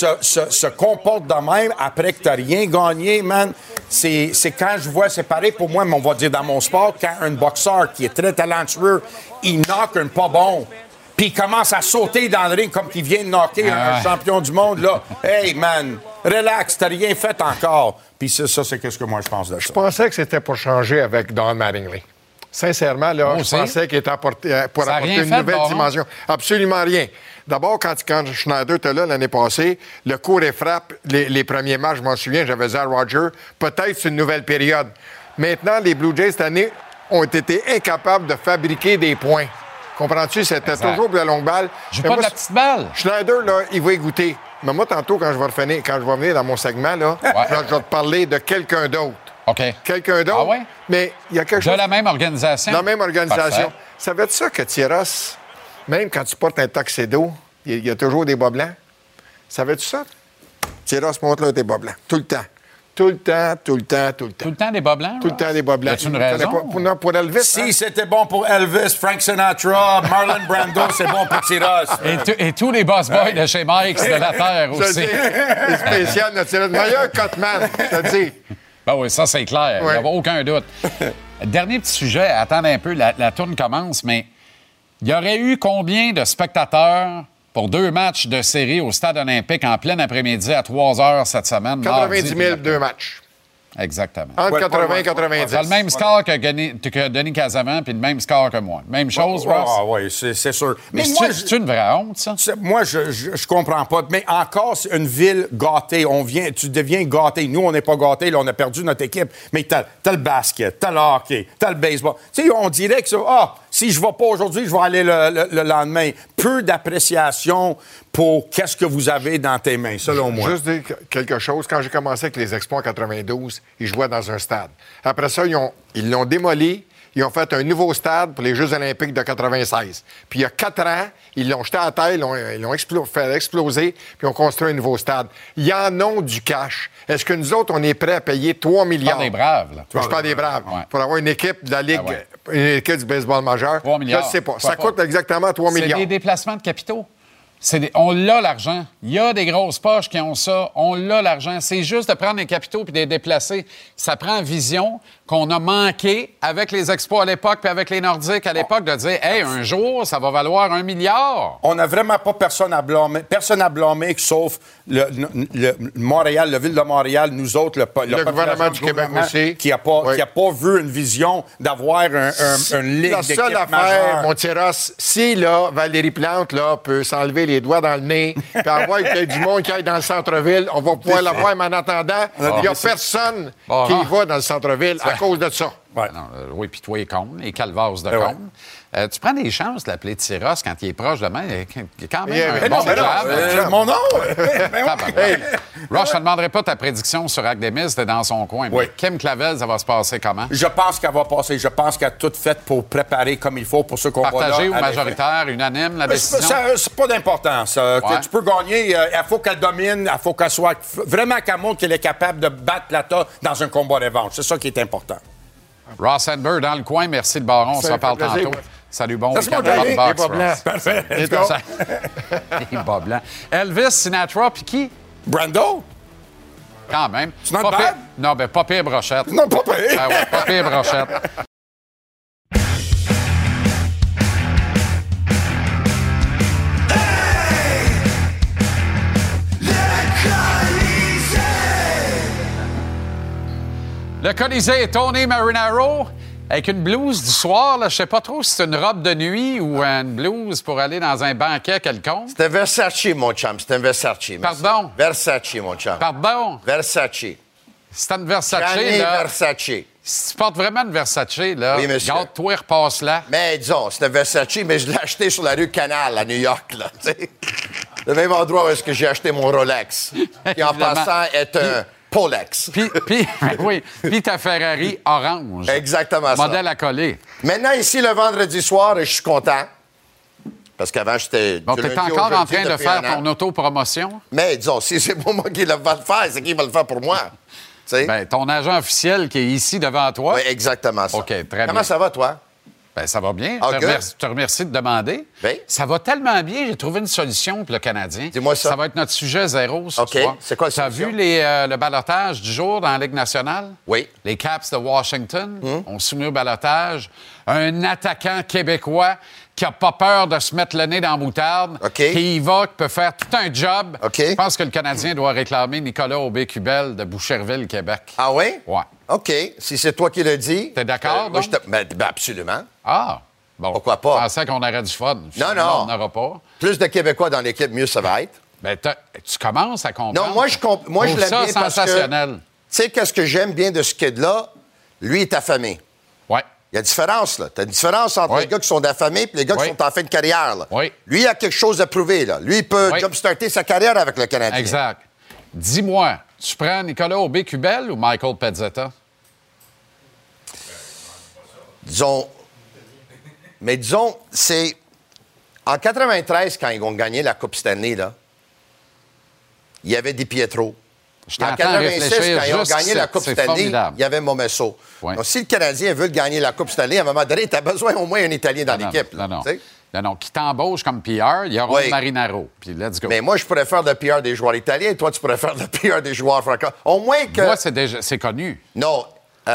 se comporte de même après que tu n'as rien gagné, man. C'est quand je vois, c'est pareil pour moi, mais on va dire dans mon sport, quand un boxeur qui est très talentueux, il knock un pas bon. Puis il commence à sauter dans le ring comme qu'il vient de knocker un champion du monde, là. Hey, man, relax, t'as rien fait encore. Puis ça, c'est qu'est-ce que moi je pense de ça. Je pensais que c'était pour changer avec Don Mattingly. Sincèrement, là, je pensais qu'il était pour apporter une nouvelle dimension. Absolument rien. D'abord, quand Schneider était là l'année passée, le cours et frappe, les premiers matchs, je m'en souviens, j'avais dit à Roger, peut-être c'est une nouvelle période. Maintenant, les Blue Jays, cette année, ont été incapables de fabriquer des points. Comprends-tu? C'était toujours pour la longue balle. Je joue pas de la petite balle. Schneider, là, il va y goûter. Mais moi, tantôt, quand je vais venir dans mon segment, là, je vais te parler de quelqu'un d'autre. OK. Quelqu'un d'autre. Ah ouais? Mais il y a quelque chose... De la même organisation? La même organisation. Parfait. Ça veut dire ça que Tyros, même quand tu portes un tuxedo, il y a toujours des bas blancs? Ça veut dire ça? Tyros, montre-là tes bas blancs. Tout le temps. Tout le temps. Tout le temps des bas blancs? Tout le temps des bas blancs. Y a-t-il une raison? Pour Elvis. Si c'était bon pour Elvis, Frank Sinatra, Marlon Brando, c'est bon pour Tyros. Et tous les boss boys de chez Mike de la Terre aussi. C'est spécial, notre le meilleur cutman, je te dis. Ben oui, ça, c'est clair. Il n'y a aucun doute. Dernier petit sujet. Attendez un peu, la tourne commence, mais il y aurait eu combien de spectateurs pour 2 matchs de série au Stade olympique en plein après-midi à 3 heures cette semaine? 90 000, 2 matchs. Exactement. Entre 80 et 90. C'est le même score que Denis Casamant puis le même score que moi. Même chose, Ross? Ah oui, c'est sûr. Mais c'est une vraie honte, ça? Moi, je comprends pas. Mais encore, c'est une ville gâtée. Tu deviens gâté. Nous, on n'est pas gâtés. Là, on a perdu notre équipe. Mais t'as le basket, t'as le hockey, t'as le baseball. Tu sais, on dirait que ça... si je ne vais pas aujourd'hui, je vais aller le lendemain. Peu d'appréciation pour qu'est-ce que vous avez dans tes mains, selon moi. Juste dire quelque chose. Quand j'ai commencé avec les Expos en 92, ils jouaient dans un stade. Après ça, ils l'ont démoli. Ils ont fait un nouveau stade pour les Jeux olympiques de 96. Puis il y a 4 ans, ils l'ont jeté à terre, ils l'ont fait exploser, puis ils ont construit un nouveau stade. Ils en ont du cash. Est-ce que nous autres, on est prêts à payer 3 milliards? Pas des Braves, là. Je parle des Braves. Ouais. Pour avoir une équipe de la Ligue, une équipe du baseball majeur. 3 milliards. Je ne sais pas. Ça coûte exactement 3 milliards. C'est des déplacements de capitaux. On l'a, l'argent. Il y a des grosses poches qui ont ça. On l'a, l'argent. C'est juste de prendre les capitaux puis de les déplacer. Ça prend vision qu'on a manqué avec les Expos à l'époque puis avec les Nordiques à l'époque de dire « Hey, un jour, ça va valoir 1 milliard. » On n'a vraiment pas personne à blâmer. Personne à blâmer sauf Montréal, la Ville de Montréal, nous autres, le gouvernement du Québec aussi. Qui n'a pas vu une vision d'avoir une ligue d'équipe majeure. La seule affaire, mon Tyros, si là, Valérie Plante là, peut s'enlever les doigts dans le nez puis avoir qu'il y ait du monde qui aille dans le centre-ville, on va pouvoir l'avoir, mais en attendant, il n'y a personne qui va dans le centre-ville à cause de ça. Ouais. Non, oui, puis toi, les cônes, les calvasses de cônes. Tu prends des chances de l'appeler Tyros quand il est proche de moi. Il est quand même un bon job. Mon nom! Ross, je ne te demanderai pas ta prédiction sur Acdemis, c'était dans son coin. Mais Kim Clavel, ça va se passer comment? Je pense qu'elle va passer. Je pense qu'elle a tout fait pour préparer comme il faut pour ceux qu'on va là. Partagé ou majoritaire, unanime, la décision? C'est pas d'importance. Tu peux gagner. Il faut qu'elle domine. Il faut qu'elle soit... Vraiment qu'elle montre qu'elle est capable de battre Plata dans un combat revanche. C'est ça qui est important. Ross Enberg dans le coin. Merci, le baron. On se reparle tantôt. Salut, bon week-end. Les bas blancs. Parfait. Les bas blancs. Elvis, Sinatra, puis qui? Brando. Quand même. C'est not bad? Non, ben pas pire brochette. Non, pas pire. Ah ouais, pas pire brochette. Le Colisée, Tony Marinaro, avec une blouse du soir. Là, je sais pas trop si c'est une robe de nuit ou une blouse pour aller dans un banquet quelconque. C'était Versace, mon chum. C'était un Versace. Pardon? Versace, mon chum. Pardon? Versace. C'est une Versace, Gianni là. Versace. Si tu portes vraiment une Versace, là, Oui, monsieur. garde-toi, repasse-la. Mais disons, c'était Versace, mais je l'ai acheté sur la rue Canal, à New York, là, tu sais. Le même endroit où est-ce que j'ai acheté mon Rolex, qui en passant est un Polex. Puis ta Ferrari orange. Exactement ça. Modèle à coller. Maintenant, ici, le vendredi soir, je suis content. Parce qu'avant, j'étais... Bon, t'es encore en train de faire ton autopromotion? Mais disons, si c'est pas moi qui va le faire, c'est qui va le faire pour moi? Ben, ton agent officiel qui est ici devant toi. Oui, exactement ça. OK, très bien. Comment ça va, toi? Ben, ça va bien. Ah, Je te remercie de demander. Oui. Ça va tellement bien, j'ai trouvé une solution pour le Canadien. Dis-moi ça. Ça va être notre sujet zéro ce OK. soir. C'est quoi la Tu as solution? vu le ballottage du jour dans la Ligue nationale? Oui. Les Caps de Washington ont soumis au ballottage un attaquant québécois qui n'a pas peur de se mettre le nez dans la moutarde, qui y va, qui peut faire tout un job. Je pense que le Canadien doit réclamer Nicolas Aubé-Kubel de Boucherville, Québec. Ah oui? Ouais. OK. Si c'est toi qui le dis... T'es d'accord, donc? Ben, absolument. Ah, bon. Pourquoi pas? Je pensais qu'on aurait du fun. Non. On n'aura pas. Plus de Québécois dans l'équipe, mieux ça va être. Ben, tu commences à comprendre. Non, moi, je l'aime bien parce que... sensationnel. Tu sais, qu'est-ce que j'aime bien de ce kid-là? Lui est affamé. Oui. Il y a une différence, là. Tu as une différence entre les gars qui sont affamés et les gars qui sont en fin de carrière, là. Oui. Lui, il a quelque chose à prouver, là. Lui, il peut jumpstarter sa carrière avec le Canadien. Exact. Dis-moi, tu prends Nicolas Aubé-Kubel ou Michael Pezzetta? Disons, c'est... En 93, quand ils ont gagné la Coupe Stanley, là, il y avait Di Pietro. En 86, quand ils ont gagné la Coupe Stanley, il y avait Momesso. Oui. Donc, si le Canadien veut gagner la Coupe Stanley, à un moment donné, tu as besoin au moins d'un Italien dans l'équipe. Non, qui t'embauche comme PR, il y aura Marinaro. Puis let's go. Mais moi, je pourrais faire le PR des joueurs italiens. Toi, tu pourrais faire le PR des joueurs francophones. Au moins que... Moi, c'est connu. Non.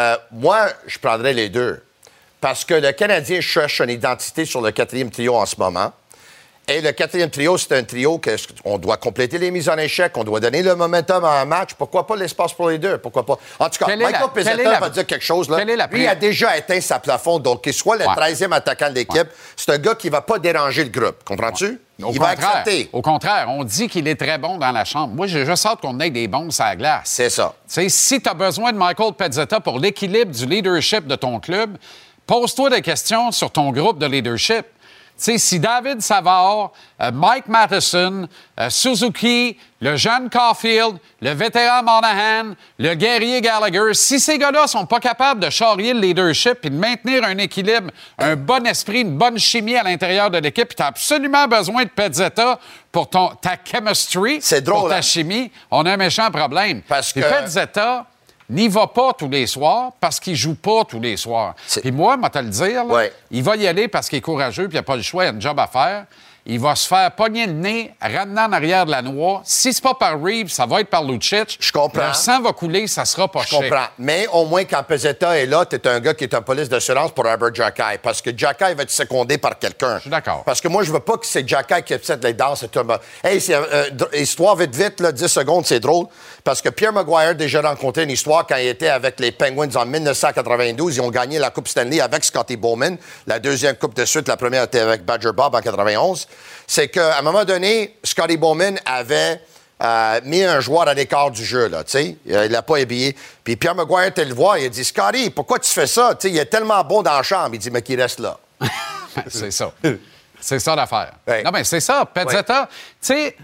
Moi, je prendrais les deux. Parce que le Canadien cherche une identité sur le quatrième trio en ce moment. Et le quatrième trio, c'est un trio qu'on doit compléter les mises en échec, on doit donner le momentum à un match. Pourquoi pas l'espace pour les deux? Pourquoi pas? En tout cas, Michael Pezzetta va dire quelque chose. Là. Lui a déjà atteint sa plafond, donc qu'il soit le 13e attaquant de l'équipe, c'est un gars qui ne va pas déranger le groupe. Comprends-tu? Il va accepter. Au contraire, on dit qu'il est très bon dans la chambre. Moi, j'ai juste hâte qu'on ait des bons sur la glace. C'est ça. T'sais, si tu as besoin de Michael Pezzetta pour l'équilibre du leadership de ton club, pose-toi des questions sur ton groupe de leadership. T'sais, si David Savard, Mike Matheson, Suzuki, le jeune Caulfield, le vétéran Monahan, le guerrier Gallagher, si ces gars-là sont pas capables de charrier le leadership et de maintenir un équilibre, un bon esprit, une bonne chimie à l'intérieur de l'équipe, puis tu as absolument besoin de Pezzetta pour ta chemistry, pour ta chimie, on a un méchant problème. Parce que... Pezzetta n'y va pas tous les soirs parce qu'il joue pas tous les soirs. Puis moi, moi, te le dire, là, il va y aller parce qu'il est courageux puis il n'a pas le choix, il a un job à faire. Il va se faire pogner le nez, ramener en arrière de la noix. Si c'est pas par Reeves, ça va être par Lucic. Je comprends. Le sang va couler, ça sera pas cher. Je comprends. Mais au moins, quand Pezzetta est là, t'es un gars qui est un police d'assurance pour Albert Jacquet. Parce que Jacquet va être secondé par quelqu'un. Je suis d'accord. Parce que moi, je veux pas que c'est Jacquet qui upset les danses. Hey, c'est histoire vite, là, 10 secondes, c'est drôle. Parce que Pierre Maguire a déjà rencontré une histoire quand il était avec les Penguins en 1992. Ils ont gagné la Coupe Stanley avec Scotty Bowman. La deuxième Coupe de suite, la première était avec Badger Bob en 91. C'est qu'à un moment donné, Scotty Bowman avait mis un joueur à l'écart du jeu, là, tu sais. Il l'a pas habillé. Puis Pierre Maguire était le voir, il a dit « Scotty, pourquoi tu fais ça? Tu sais, il est tellement bon dans la chambre. » Il dit « Mais qu'il reste là. » C'est ça. C'est ça l'affaire. Non, mais c'est ça. Pezzetta, tu sais,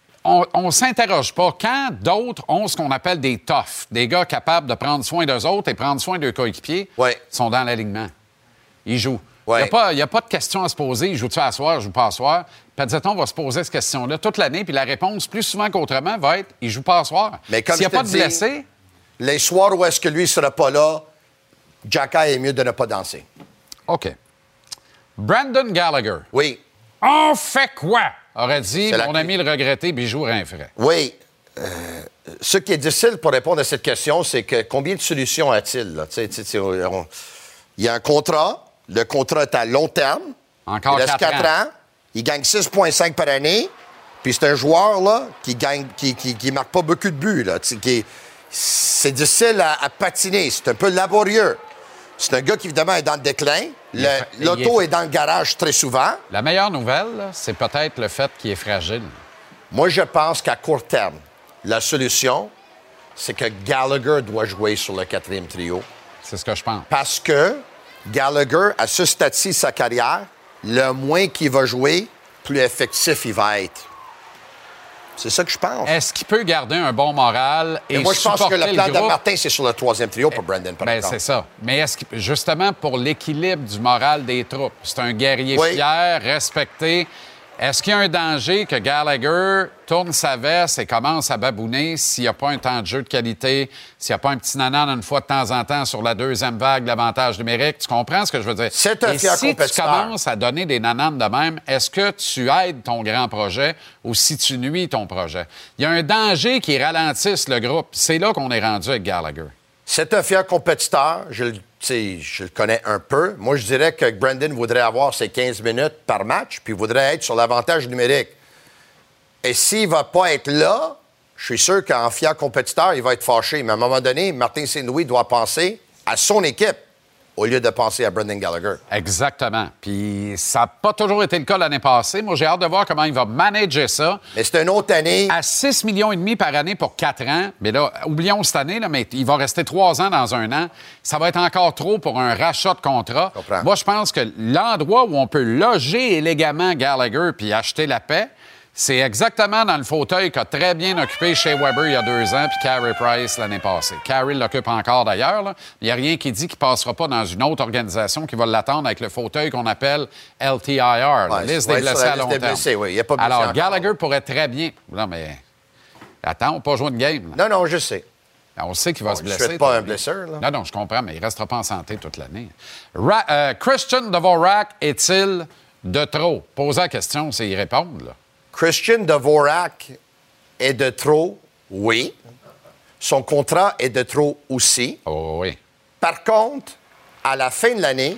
on s'interroge pas. Quand d'autres ont ce qu'on appelle des toughs, des gars capables de prendre soin d'eux autres et prendre soin de leurs coéquipiers, sont dans l'alignement. Ils jouent. Il n'y a pas de question à se poser. Il joue-tu à soir, il joue pas à soir. Pezzetta va se poser cette question-là toute l'année, puis la réponse, plus souvent qu'autrement, va être il joue pas à soir. Mais comme s'il n'y a pas de blessés... Les soirs où est-ce que lui ne sera pas là, Jacquet est mieux de ne pas danser. OK. Brandon Gallagher. Oui. On fait quoi? Aurait dit mon ami le regretté Bijou Rinfret. Oui. Ce qui est difficile pour répondre à cette question, c'est que combien de solutions a-t-il? Là? Il y a un contrat. Le contrat est à long terme. Encore il reste 4 ans. Il gagne 6,5 par année. Puis c'est un joueur là, qui gagne, qui marque pas beaucoup de buts. Là, c'est difficile à patiner. C'est un peu laborieux. C'est un gars qui, évidemment, est dans le déclin. L'auto est dans le garage très souvent. La meilleure nouvelle, là, c'est peut-être le fait qu'il est fragile. Moi, je pense qu'à court terme, la solution, c'est que Gallagher doit jouer sur le 4e trio. C'est ce que je pense. Parce que Gallagher, à ce stade-ci de sa carrière, le moins qu'il va jouer, plus effectif il va être. C'est ça que je pense. Est-ce qu'il peut garder un bon moral et moi, je pense que le plan de groupe? Martin, c'est sur le 3e trio pour Brandon, par exemple. C'est ça. Mais est-ce que, justement, pour l'équilibre du moral des troupes, c'est un guerrier fier, respecté. Est-ce qu'il y a un danger que Gallagher tourne sa veste et commence à babouner s'il n'y a pas un temps de jeu de qualité, s'il n'y a pas un petit nanan une fois de temps en temps sur la deuxième vague de l'avantage numérique? Tu comprends ce que je veux dire? C'est un fier compétiteur. Si tu commences à donner des nananes de même, est-ce que tu aides ton grand projet ou si tu nuis ton projet? Il y a un danger qui ralentisse le groupe. C'est là qu'on est rendu avec Gallagher. C'est un fier compétiteur. Je le connais un peu. Moi, je dirais que Brandon voudrait avoir ses 15 minutes par match, puis voudrait être sur l'avantage numérique. Et s'il ne va pas être là, je suis sûr qu'en fier compétiteur, il va être fâché. Mais à un moment donné, Martin Saint-Louis doit penser à son équipe au lieu de penser à Brendan Gallagher. Exactement. Puis ça n'a pas toujours été le cas l'année passée. Moi, j'ai hâte de voir comment il va manager ça. Mais c'est une autre année. À 6,5 millions par année pour 4 ans. Mais là, oublions cette année, là, mais il va rester 3 ans dans un an. Ça va être encore trop pour un rachat de contrat. Moi, je pense que l'endroit où on peut loger élégamment Gallagher puis acheter la paix, c'est exactement dans le fauteuil qu'a très bien occupé Shea Weber il y a 2 ans puis Carey Price l'année passée. Carey l'occupe encore d'ailleurs. Là. Il n'y a rien qui dit qu'il ne passera pas dans une autre organisation qui va l'attendre avec le fauteuil qu'on appelle LTIR, la liste des blessés à long terme. Il y a pas blessé alors, encore. Gallagher pourrait très bien... Non, mais... Attends, on va pas jouer une game. Là. Non, je sais. On sait qu'il va se blesser. Je ne suis pas un blesseur. Là. Non, je comprends, mais il ne restera pas en santé toute l'année. Christian Dvorak est-il de trop? Poser la question, c'est y répondre, là. Christian Dvorak est de trop, oui. Son contrat est de trop aussi. Oh, oui. Par contre, à la fin de l'année,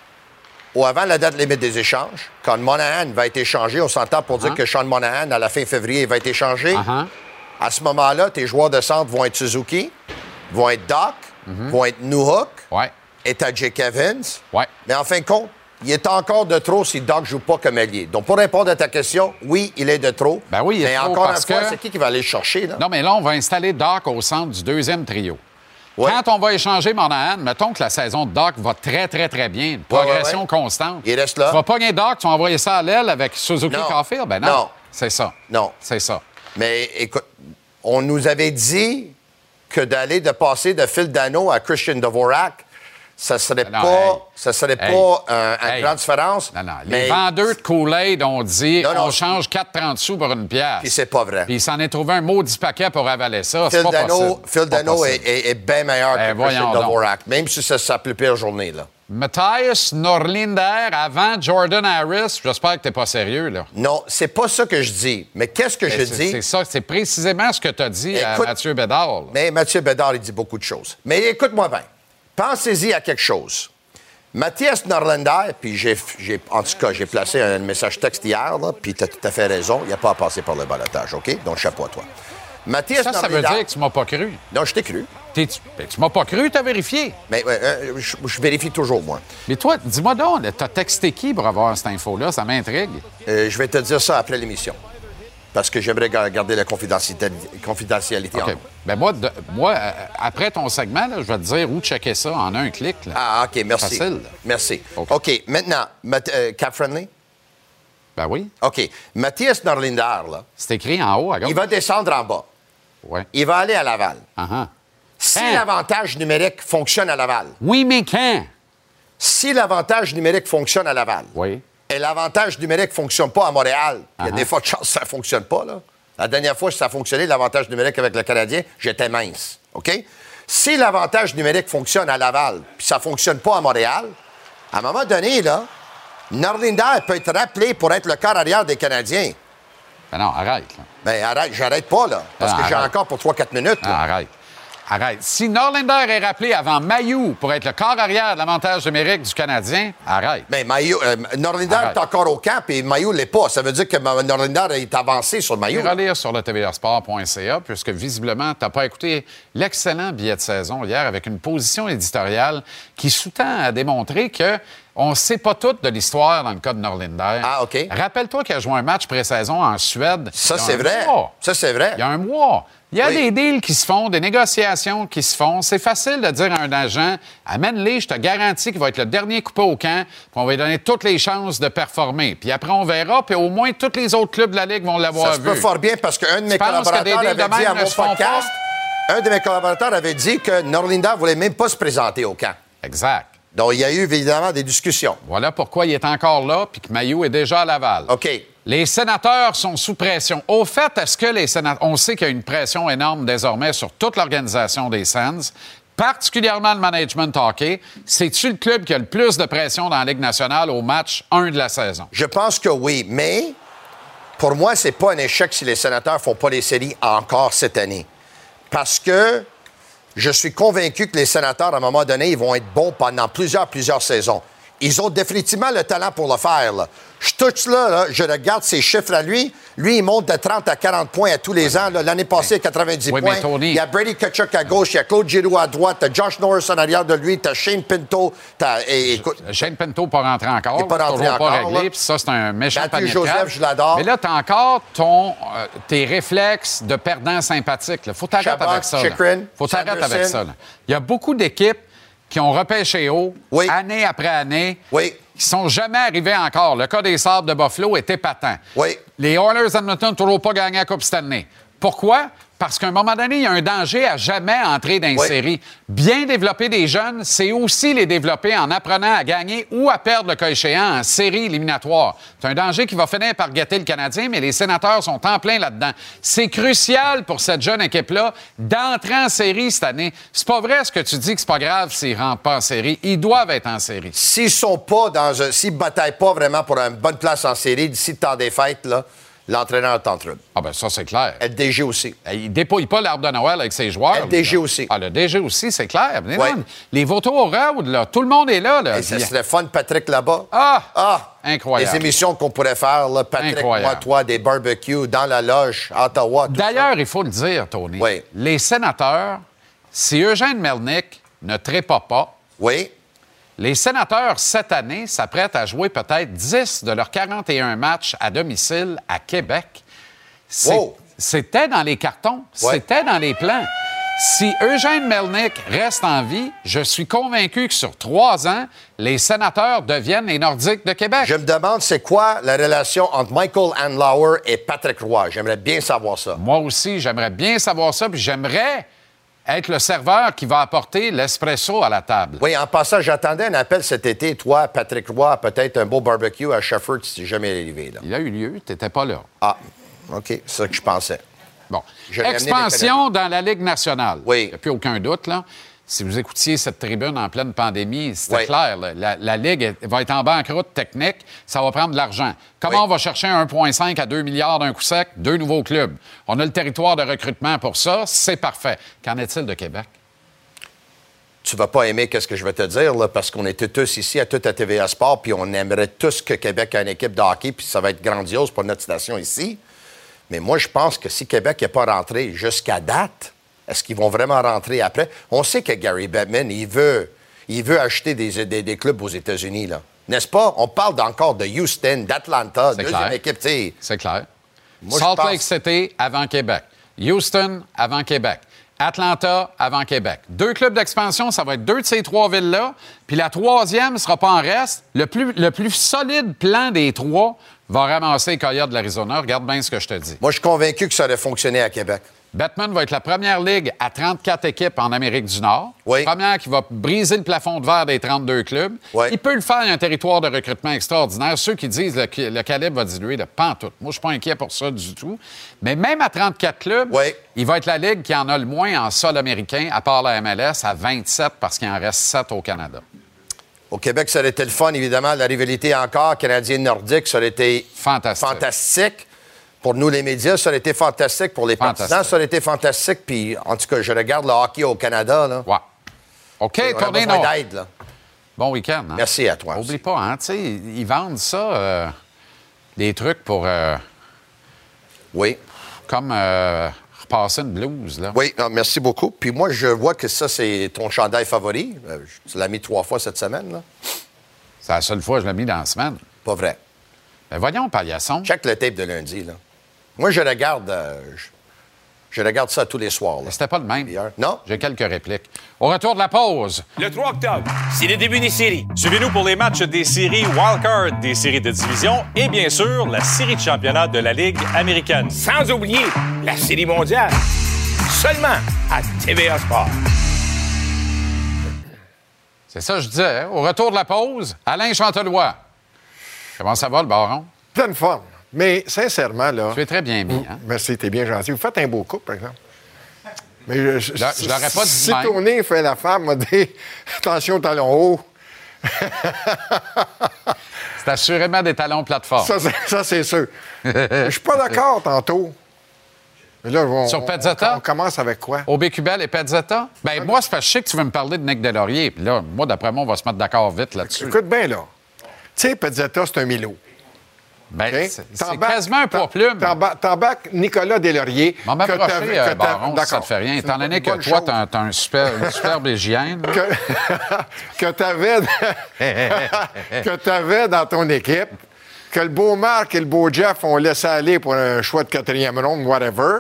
ou avant la date limite des échanges, quand Monahan va être échangé, on s'entend pour dire que Sean Monahan, à la fin février, va être échangé. À ce moment-là, tes joueurs de centre vont être Suzuki, vont être Doc, vont être Newhook, et t'as Jake Evans. Mais en fin de compte, il est encore de trop si Doc ne joue pas comme allié. Donc, pour répondre à ta question, oui, il est de trop. Ben oui, il est mais trop encore parce une fois, que... c'est qui va aller le chercher? Là? Non, mais là, on va installer Doc au centre du 2e trio. Quand on va échanger Monahan, mettons que la saison de Doc va très, très, très bien. Une progression constante. Il reste là. Tu vas pas gagner Doc, tu vas envoyer ça à l'aile avec Suzuki Caulfield? Ben non. C'est ça. Non. C'est ça. Mais écoute, on nous avait dit que de passer de Phil Dano à Christian Dvorak, ça serait pas une grande différence. Non. Les vendeurs de Kool-Aid ont dit on change 4,30 sous pour une pièce. Puis c'est pas vrai. Puis il s'en est trouvé un maudit paquet pour avaler ça. Phil Dano est bien meilleur que Christian Dvorak, même si c'est sa plus pire journée. Là. Mathias Norlinder avant Jordan Harris. J'espère que t'es pas sérieux, là. Non, c'est pas ça que je dis. Mais qu'est-ce que je dis? C'est ça, c'est précisément ce que tu as dit à Mathieu Bédard. Là. Mais Mathieu Bédard, il dit beaucoup de choses. Mais écoute-moi bien. Pensez-y à quelque chose. Mathias Norlinder, puis en tout cas, j'ai placé un message texte hier, là, puis tu as tout à fait raison, il n'y a pas à passer par le balotage, OK? Donc, chapeau à toi. Mathias Norlinder... Ça veut dire que tu m'as pas cru. Non, je t'ai cru. Tu m'as pas cru, tu as vérifié. Mais je vérifie toujours, moi. Mais toi, dis-moi donc, tu as texté qui pour avoir cette info-là? Ça m'intrigue. Je vais te dire ça après l'émission. Parce que j'aimerais garder la confidentialité en nous. Bien, moi, après ton segment, là, je vais te dire où checker ça en un clic. Là. Ah, OK, merci. Facile. Merci. OK, maintenant, Cap-Friendly? Ben oui. OK. Mathias Norlinder, là... C'est écrit en haut, à gauche. Il va descendre en bas. Oui. Il va aller à Laval. Si Quand? l'avantage numérique fonctionne à Laval... Oui, mais quand? Si l'avantage numérique fonctionne à Laval... Oui. Et l'avantage numérique ne fonctionne pas à Montréal. Il y a des fois de chance que ça ne fonctionne pas. Là. La dernière fois que ça a fonctionné, l'avantage numérique avec le Canadien, j'étais mince. OK? Si l'avantage numérique fonctionne à Laval puis ça ne fonctionne pas à Montréal, à un moment donné, là, Norlinder peut être rappelé pour être le quart arrière des Canadiens. Ben non, arrête. Là. Ben arrête, j'arrête pas, là. Parce que j'ai encore pour 3-4 minutes. Non, arrête. Arrête. Si Norlinder est rappelé avant Mailloux pour être le corps arrière de l'avantage numérique du Canadien, arrête. Mais Norlinder est encore au camp et Mailloux ne l'est pas. Ça veut dire que Norlinder est avancé sur Mailloux. Relire sur le tvasport.ca, puisque visiblement, tu n'as pas écouté l'excellent billet de saison hier avec une position éditoriale qui sous-tend à démontrer que on ne sait pas tout de l'histoire dans le cas de Norlinder. Ah, OK. Rappelle-toi qu'il a joué un match pré-saison en Suède. Ça, c'est vrai. Ça, c'est vrai. Il y a un mois. Il y a des deals qui se font, des négociations qui se font. C'est facile de dire à un agent, amène-les, je te garantis qu'il va être le dernier coupé au camp, puis on va lui donner toutes les chances de performer. Puis après, on verra, puis au moins tous les autres clubs de la Ligue vont l'avoir vu. Ça se peut fort bien parce qu'un de mes collaborateurs avait dit à mon podcast, un de mes collaborateurs avait dit que Norlinder ne voulait même pas se présenter au camp. Exact. Donc, il y a eu évidemment des discussions. Voilà pourquoi il est encore là, puis que Mailloux est déjà à Laval. OK. Les sénateurs sont sous pression. Au fait, est-ce que les sénateurs... On sait qu'il y a une pression énorme désormais sur toute l'organisation des Sens, particulièrement le management hockey. C'est-tu le club qui a le plus de pression dans la Ligue nationale au match 1 de la saison? Je pense que oui, mais pour moi, c'est pas un échec si les sénateurs ne font pas les séries encore cette année. Parce que je suis convaincu que les sénateurs, à un moment donné, ils vont être bons pendant plusieurs saisons. Ils ont définitivement le talent pour le faire. Là. Je touche là, je regarde ses chiffres à lui. Lui, il monte de 30 à 40 points à tous les ans. Là. L'année passée, 90 points. Tony... Il y a Brady Tkachuk à gauche, il y a Claude Giroux à droite, t'as Josh Norris en arrière de lui, t'as Shane Pinto. Shane Pinto pas rentré encore. Il n'est pas rentré encore. Pas réglé, puis ça, c'est un méchant panier de Joseph, je l'adore. Mais là, t'as encore tes réflexes de perdant sympathique. Là. Faut t'arrêter avec ça. Faut t'arrêter avec ça. Là. Il y a beaucoup d'équipes qui ont repêché haut, année après année, qui sont jamais arrivés encore. Le cas des Sabres de Buffalo est épatant. Les Oilers d'Edmonton n'ont toujours pas gagné la Coupe Stanley. Pourquoi? Parce qu'à un moment donné, il y a un danger à jamais entrer dans une série. Bien développer des jeunes, c'est aussi les développer en apprenant à gagner ou à perdre le cas échéant en série éliminatoire. C'est un danger qui va finir par gâter le Canadien, mais les sénateurs sont en plein là-dedans. C'est crucial pour cette jeune équipe-là d'entrer en série cette année. C'est pas vrai ce que tu dis que c'est pas grave s'ils ne rentrent pas en série. Ils doivent être en série. S'ils sont pas s'ils ne bataillent pas vraiment pour une bonne place en série d'ici le temps des fêtes, là, l'entraîneur est en trouble. Ah ben ça, c'est clair. Le DG aussi. Il dépouille pas l'arbre de Noël avec ses joueurs. Le DG aussi. Ah, le DG aussi, c'est clair. Non, les vautours road, là, tout le monde est là. Et ça serait fun, Patrick, là-bas. Incroyable. Les émissions qu'on pourrait faire, là, Patrick, moi, toi, des barbecues dans la loge, à Ottawa. D'ailleurs, il faut le dire, Tony. Les sénateurs, si Eugène Melnyk ne trépas pas, les sénateurs, cette année, s'apprêtent à jouer peut-être 10 de leurs 41 matchs à domicile à Québec. C'était dans les cartons, c'était dans les plans. Si Eugène Melnyk reste en vie, je suis convaincu que sur 3 ans, les sénateurs deviennent les Nordiques de Québec. Je me demande c'est quoi la relation entre Michael Andlauer et Patrick Roy. J'aimerais bien savoir ça. Moi aussi, j'aimerais bien savoir ça, puis j'aimerais être le serveur qui va apporter l'espresso à la table. Oui, en passant, j'attendais un appel cet été. Toi, Patrick Roy, peut-être un beau barbecue à Shefford, si c'est jamais arrivé. Là. Il a eu lieu, tu n'étais pas là. Ah, OK, c'est ça que je pensais. Bon. Expansion dans la Ligue nationale. Oui. Il n'y a plus aucun doute, là. Si vous écoutiez cette tribune en pleine pandémie, c'était clair. Là. La Ligue va être en banqueroute technique. Ça va prendre de l'argent. Comment on va chercher 1,5 à 2 milliards d'un coup sec? 2 nouveaux clubs. On a le territoire de recrutement pour ça. C'est parfait. Qu'en est-il de Québec? Tu vas pas aimer ce que je vais te dire, là, parce qu'on était tous ici, à TVA Sport, puis on aimerait tous que Québec ait une équipe de hockey, puis ça va être grandiose pour notre station ici. Mais moi, je pense que si Québec n'est pas rentré jusqu'à date, est-ce qu'ils vont vraiment rentrer après? On sait que Gary Bettman, il veut acheter des clubs aux États-Unis, là. N'est-ce pas? On parle encore de Houston, d'Atlanta, deuxième équipe, tu sais. C'est clair. Salt Lake City avant Québec. Houston avant Québec. Atlanta avant Québec. 2 clubs d'expansion, ça va être 2 de ces 3 villes-là. Puis la 3e ne sera pas en reste. Le plus solide plan des 3 va ramasser les Coyotes de l'Arizona. Regarde bien ce que je te dis. Moi, je suis convaincu que ça aurait fonctionné à Québec. Bettman va être la première ligue à 34 équipes en Amérique du Nord. Première qui va briser le plafond de verre des 32 clubs. Il peut le faire, il y a un territoire de recrutement extraordinaire. Ceux qui disent que le calibre va diluer, pas en tout. Moi, je suis pas inquiet pour ça du tout. Mais même à 34 clubs, il va être la ligue qui en a le moins en sol américain, à part la MLS, à 27 parce qu'il en reste 7 au Canada. Au Québec, ça aurait été le fun, évidemment. La rivalité encore, Canadien-Nordique, ça aurait été fantastique. Pour nous, les médias, ça a été fantastique. Pour les partisans, ça a été fantastique. Puis, en tout cas, je regarde le hockey au Canada. Là. Ouais. OK, on a besoin d'aide, là. Bon week-end. Hein? Merci à toi. N'oublie pas, hein, tu sais, ils vendent ça, des trucs pour... oui. Comme repasser une blouse, là. Oui, merci beaucoup. Puis moi, je vois que ça, c'est ton chandail favori. Tu l'as mis 3 fois cette semaine, là. C'est la seule fois que je l'ai mis dans la semaine. Pas vrai. Ben voyons, Paillasson. Check le tape de lundi, là. Moi, je regarde... Je regarde ça tous les soirs. Là. C'était pas le même. Hier. Non? J'ai quelques répliques. Au retour de la pause. Le 3 octobre, c'est le début des séries. Suivez-nous pour les matchs des séries Wildcard, des séries de division et bien sûr, la série de championnat de la Ligue américaine. Sans oublier la série mondiale. Seulement à TVA Sport. C'est ça que je disais. Hein? Au retour de la pause, Alain Chantelois. Comment ça va, le baron? Pleine forme. Mais sincèrement, là... Tu es très bien mis, hein? Merci, t'es bien gentil. Vous faites un beau couple, par exemple. Mais je l'aurais pas dit. Si Tony fait la femme, m'a dit attention, talons hauts. C'est assurément des talons plateforme. Ça c'est sûr. Je suis pas d'accord tantôt. Mais là, sur Pezzetta? On commence avec quoi? Aubé-Kubel et Pezzetta? Bien, moi, c'est parce que je sais que tu veux me parler de Nick Deslauriers. Puis là, moi, d'après moi, on va se mettre d'accord vite là-dessus. Écoute bien, là. Tu sais, Pezzetta, c'est un Milo. Bien, okay? C'est quasiment un poids-plume. T'embarques Nicolas Deslauriers. M'en m'approcher, Baron, si ça te fait rien. Étant donné que toi, t'as une superbe hygiène. que t'avais dans ton équipe, que le beau Marc et le beau Jeff ont laissé aller pour un choix de 4e ronde, whatever.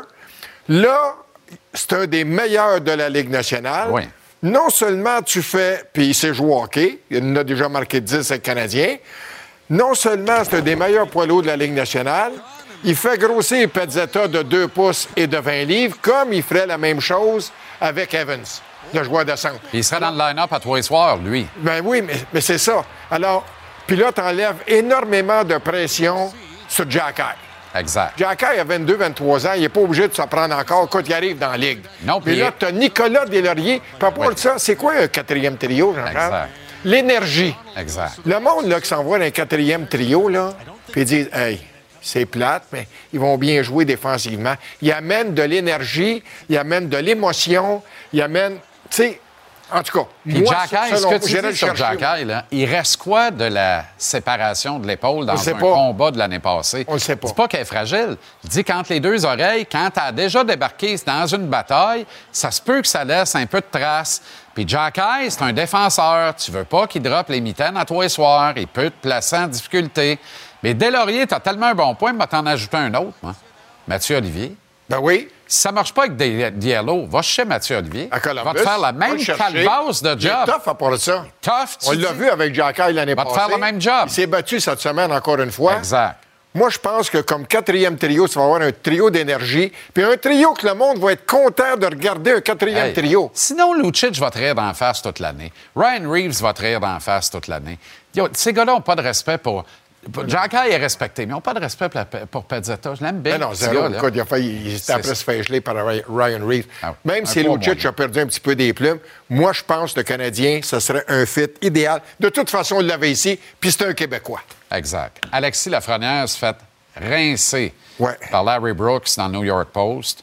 Là, c'est un des meilleurs de la Ligue nationale. Oui. Non seulement tu fais, puis il sait jouer au hockey, il en a déjà marqué 10 avec Canadien. Non seulement c'est un des meilleurs poids lourds de la Ligue nationale, il fait grossir Pezzetta de 2 pouces et de 20 livres, comme il ferait la même chose avec Evans, le joueur de centre. Il serait dans le line-up à tous les soirs, lui. Ben oui, mais c'est ça. Alors, puis là, t'enlèves énormément de pression sur Jack Eye. Exact. Jack Eye a 22-23 ans, il n'est pas obligé de se prendre encore quand il arrive dans la Ligue. Non, mais là, t'as Nicolas Deslauriers. Puis à part de ça, c'est quoi un 4e trio, Jean-Charles? Exact. L'énergie. Exact. Le monde là, qui s'envoie dans un 4e trio, là, puis ils disent « Hey, c'est plate, mais ils vont bien jouer défensivement. » Ils amènent de l'énergie, ils amènent de l'émotion, ils amènent... Tu sais, en tout cas, puis moi, Jack Eye, ce que tu dis sur Jack Eye, là, il reste quoi de la séparation de l'épaule dans un combat de l'année passée? On le sait pas. Dis pas qu'elle est fragile. Je dis qu'entre les deux oreilles, quand tu as déjà débarqué dans une bataille, ça se peut que ça laisse un peu de traces. Puis Jack Eye, c'est un défenseur. Tu veux pas qu'il droppe les mitaines à toi et soir. Il peut te placer en difficulté. Mais Deslauriers, tu as tellement un bon point, mais t'en ajouter un autre, moi. Mathieu Olivier. Ben oui. Si ça marche pas avec Diallo, va chez Mathieu Olivier. À Columbus. Va te faire la même calvasse de job. Il est tough à part de ça. Tough, on l'a vu avec Jack Eye l'année passée. Va te faire le même job. Il s'est battu cette semaine encore une fois. Exact. Moi, je pense que comme 4e trio, tu vas avoir un trio d'énergie. Puis un trio que le monde va être content de regarder, un 4e trio. Sinon, Lucic va te rire d'en face toute l'année. Ryan Reeves va te rire d'en face toute l'année. Ces gars-là n'ont pas de respect pour... Jack Eye est respecté, mais ils n'ont pas de respect pour Pezzetta. Je l'aime bien. Non, zéro. Écoute, il était après se faire geler par Ryan Reeves. Même si Lucic a perdu un petit peu des plumes, moi, je pense que le Canadien, ce serait un fit idéal. De toute façon, il l'avait ici, puis c'est un Québécois. Exact. Alexis Lafrenière se fait rincer par Larry Brooks dans le New York Post.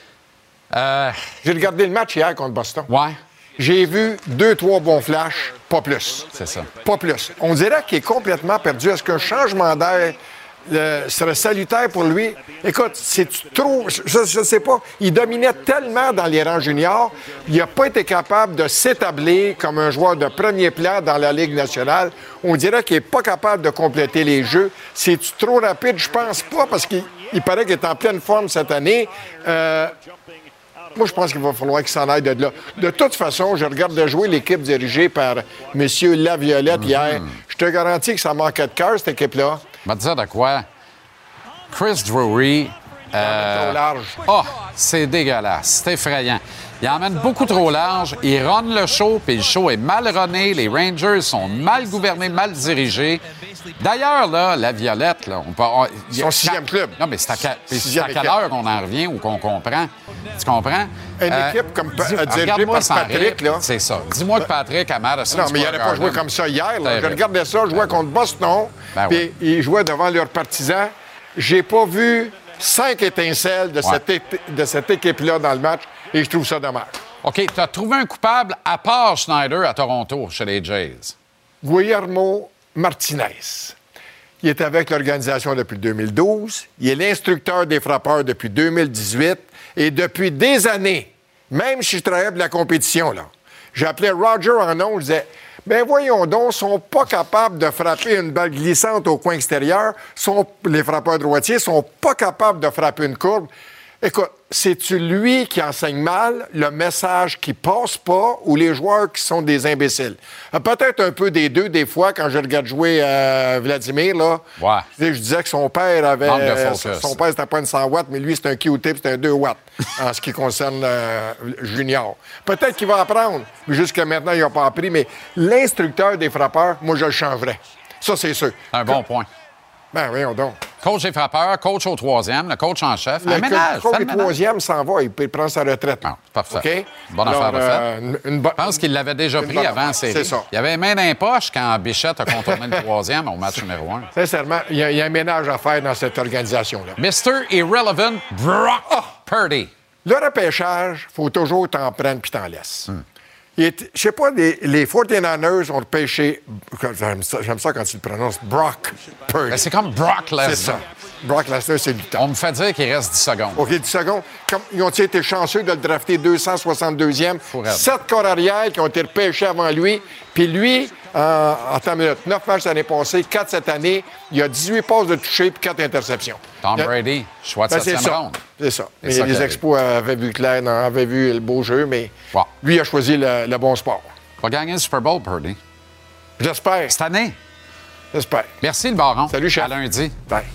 J'ai regardé le match hier contre Boston. Ouais. J'ai vu 2-3 bons flashs, pas plus. C'est ça. Pas plus. On dirait qu'il est complètement perdu. Est-ce qu'un changement d'air serait salutaire pour lui? Écoute, c'est trop... Je ne sais pas. Il dominait tellement dans les rangs juniors. Il n'a pas été capable de s'établir comme un joueur de premier plan dans la Ligue nationale. On dirait qu'il n'est pas capable de compléter les jeux. C'est-tu trop rapide? Je pense pas, parce qu'il paraît qu'il est en pleine forme cette année. Moi, je pense qu'il va falloir qu'il s'en aille de là. De toute façon, je regarde de jouer l'équipe dirigée par M. Laviolette hier. Je te garantis que ça manquait de cœur, cette équipe-là. Je vais te dire de quoi. Chris Drury... trop large. Oh, c'est dégueulasse. C'est effrayant. Il emmène beaucoup trop large. Il run le show, puis le show est mal runné. Les Rangers sont mal gouvernés, mal dirigés. D'ailleurs, là, Laviolette, là, son 6e club. Non, mais c'est à quelle heure qu'on en revient ou qu'on comprend? Tu comprends? Une équipe comme dirigée par Patrick, là. C'est ça. Dis-moi que Patrick à Madison. Non, mais il n'aurait pas joué comme ça hier. Là. Je regardais ça, je jouais contre Boston, puis ils jouaient devant leurs partisans. J'ai pas vu 5 étincelles de cette équipe-là dans le match et je trouve ça dommage. OK, tu as trouvé un coupable à part Schneider à Toronto, chez les Jays. Guillermo Martinez. Il est avec l'organisation depuis 2012. Il est l'instructeur des frappeurs depuis 2018. Et depuis des années, même si je travaillais pour la compétition, là, j'appelais Roger en ondes, je disais « Ben voyons donc, ils sont pas capables de frapper une balle glissante au coin extérieur. Les frappeurs droitiers sont pas capables de frapper une courbe. » Écoute, c'est-tu lui qui enseigne mal, le message qui passe pas, ou les joueurs qui sont des imbéciles? Peut-être un peu des deux, des fois, quand je regarde jouer Vladimir, là. Ouais. Je disais que son père avait... Manque de focus. Son père, c'était pas une 100 watts, mais lui, c'est un Q-tip, c'est un 2 watts, en ce qui concerne Junior. Peut-être qu'il va apprendre, mais jusqu'à maintenant, il n'a pas appris, mais l'instructeur des frappeurs, moi, je le changerais. Ça, c'est sûr. Un bon point. Ben, voyons donc. Coach des frappeurs, coach au troisième, le coach en chef. Le coach au troisième s'en va, il prend sa retraite. Ah, parfait. OK? Bonne affaire de fait. Je pense qu'il l'avait déjà pris avant la série. C'est ça. Il avait les mains dans les poches quand Bichette a contourné le troisième au match numéro 1. Sincèrement, il y a un ménage à faire dans cette organisation-là. Mr. Irrelevant, Brock Purdy. Le repêchage, il faut toujours t'en prendre puis t'en laisses. Je sais pas, les 49ers ont repêché, j'aime ça quand tu le prononces, Brock Purdy. Ben, c'est comme Brock Lesnar. C'est ça. Brock Lesnar, c'est du temps. On me fait dire qu'il reste 10 secondes. OK, 10 secondes. Ils ont été chanceux de le drafter 262e. 7 corps arrière qui ont été repêchés avant lui. Puis lui, attends une minute, 9 matchs l'année passée, 4 cette année. Il y a 18 passes de toucher puis 4 interceptions. Tom Brady, choix de 7e ronde. C'est ça. Mais les Expos avaient vu clair, avaient vu le beau jeu, mais lui a choisi le bon sport. Va gagner le Super Bowl, Purdy. J'espère. Cette année. J'espère. Merci, le baron. Salut, chef. À lundi. Bye.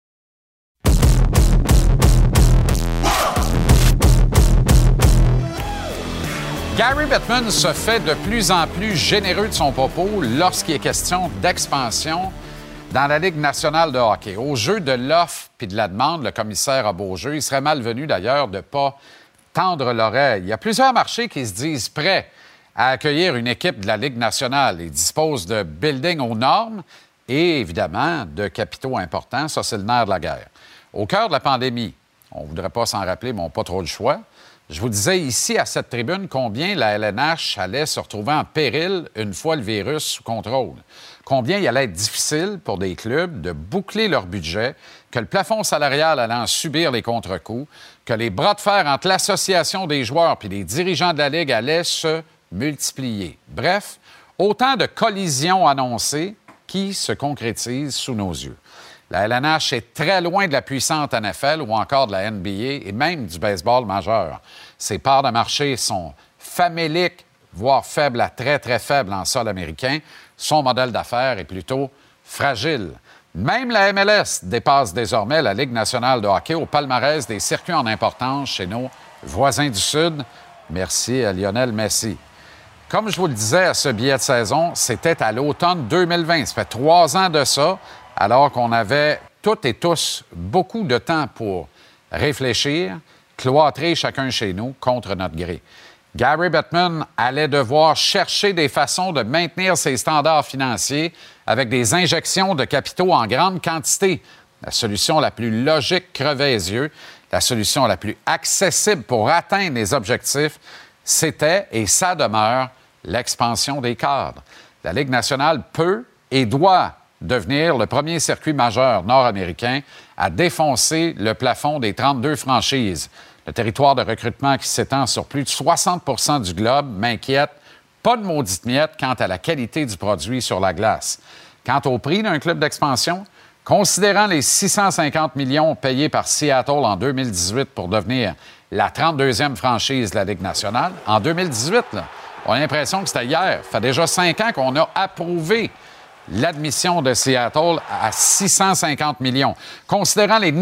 Gary Bettman se fait de plus en plus généreux de son propos lorsqu'il est question d'expansion dans la Ligue nationale de hockey. Au jeu de l'offre puis de la demande, le commissaire à Beaujeu, il serait malvenu d'ailleurs de ne pas tendre l'oreille. Il y a plusieurs marchés qui se disent prêts à accueillir une équipe de la Ligue nationale. Ils disposent de buildings aux normes et évidemment de capitaux importants. Ça, c'est le nerf de la guerre. Au cœur de la pandémie, on ne voudrait pas s'en rappeler, mais on n'a pas trop le choix. Je vous disais ici, à cette tribune, combien la LNH allait se retrouver en péril une fois le virus sous contrôle. Combien il allait être difficile pour des clubs de boucler leur budget, que le plafond salarial allait en subir les contre-coups, que les bras de fer entre l'association des joueurs puis les dirigeants de la Ligue allaient se multiplier. Bref, autant de collisions annoncées qui se concrétisent sous nos yeux. La LNH est très loin de la puissante NFL ou encore de la NBA et même du baseball majeur. Ses parts de marché sont faméliques, voire faibles à très, très faibles en sol américain. Son modèle d'affaires est plutôt fragile. Même la MLS dépasse désormais la Ligue nationale de hockey au palmarès des circuits en importance chez nos voisins du Sud. Merci à Lionel Messi. Comme je vous le disais à ce billet de saison, c'était à l'automne 2020. Ça fait 3 ans de ça, alors qu'on avait toutes et tous beaucoup de temps pour réfléchir, cloîtrer chacun chez nous contre notre gré. Gary Bettman allait devoir chercher des façons de maintenir ses standards financiers avec des injections de capitaux en grande quantité. La solution la plus logique crevait les yeux, la solution la plus accessible pour atteindre les objectifs, c'était et ça demeure l'expansion des cadres. La Ligue nationale peut et doit devenir le premier circuit majeur nord-américain à défoncer le plafond des 32 franchises. Le territoire de recrutement qui s'étend sur plus de 60 du globe m'inquiète pas de maudite miette quant à la qualité du produit sur la glace. Quant au prix d'un club d'expansion, considérant les 650 millions payés par Seattle en 2018 pour devenir la 32e franchise de la Ligue nationale, en 2018, là, on a l'impression que c'était hier. Ça fait déjà 5 ans qu'on a approuvé l'admission de Seattle à 650 millions. Considérant les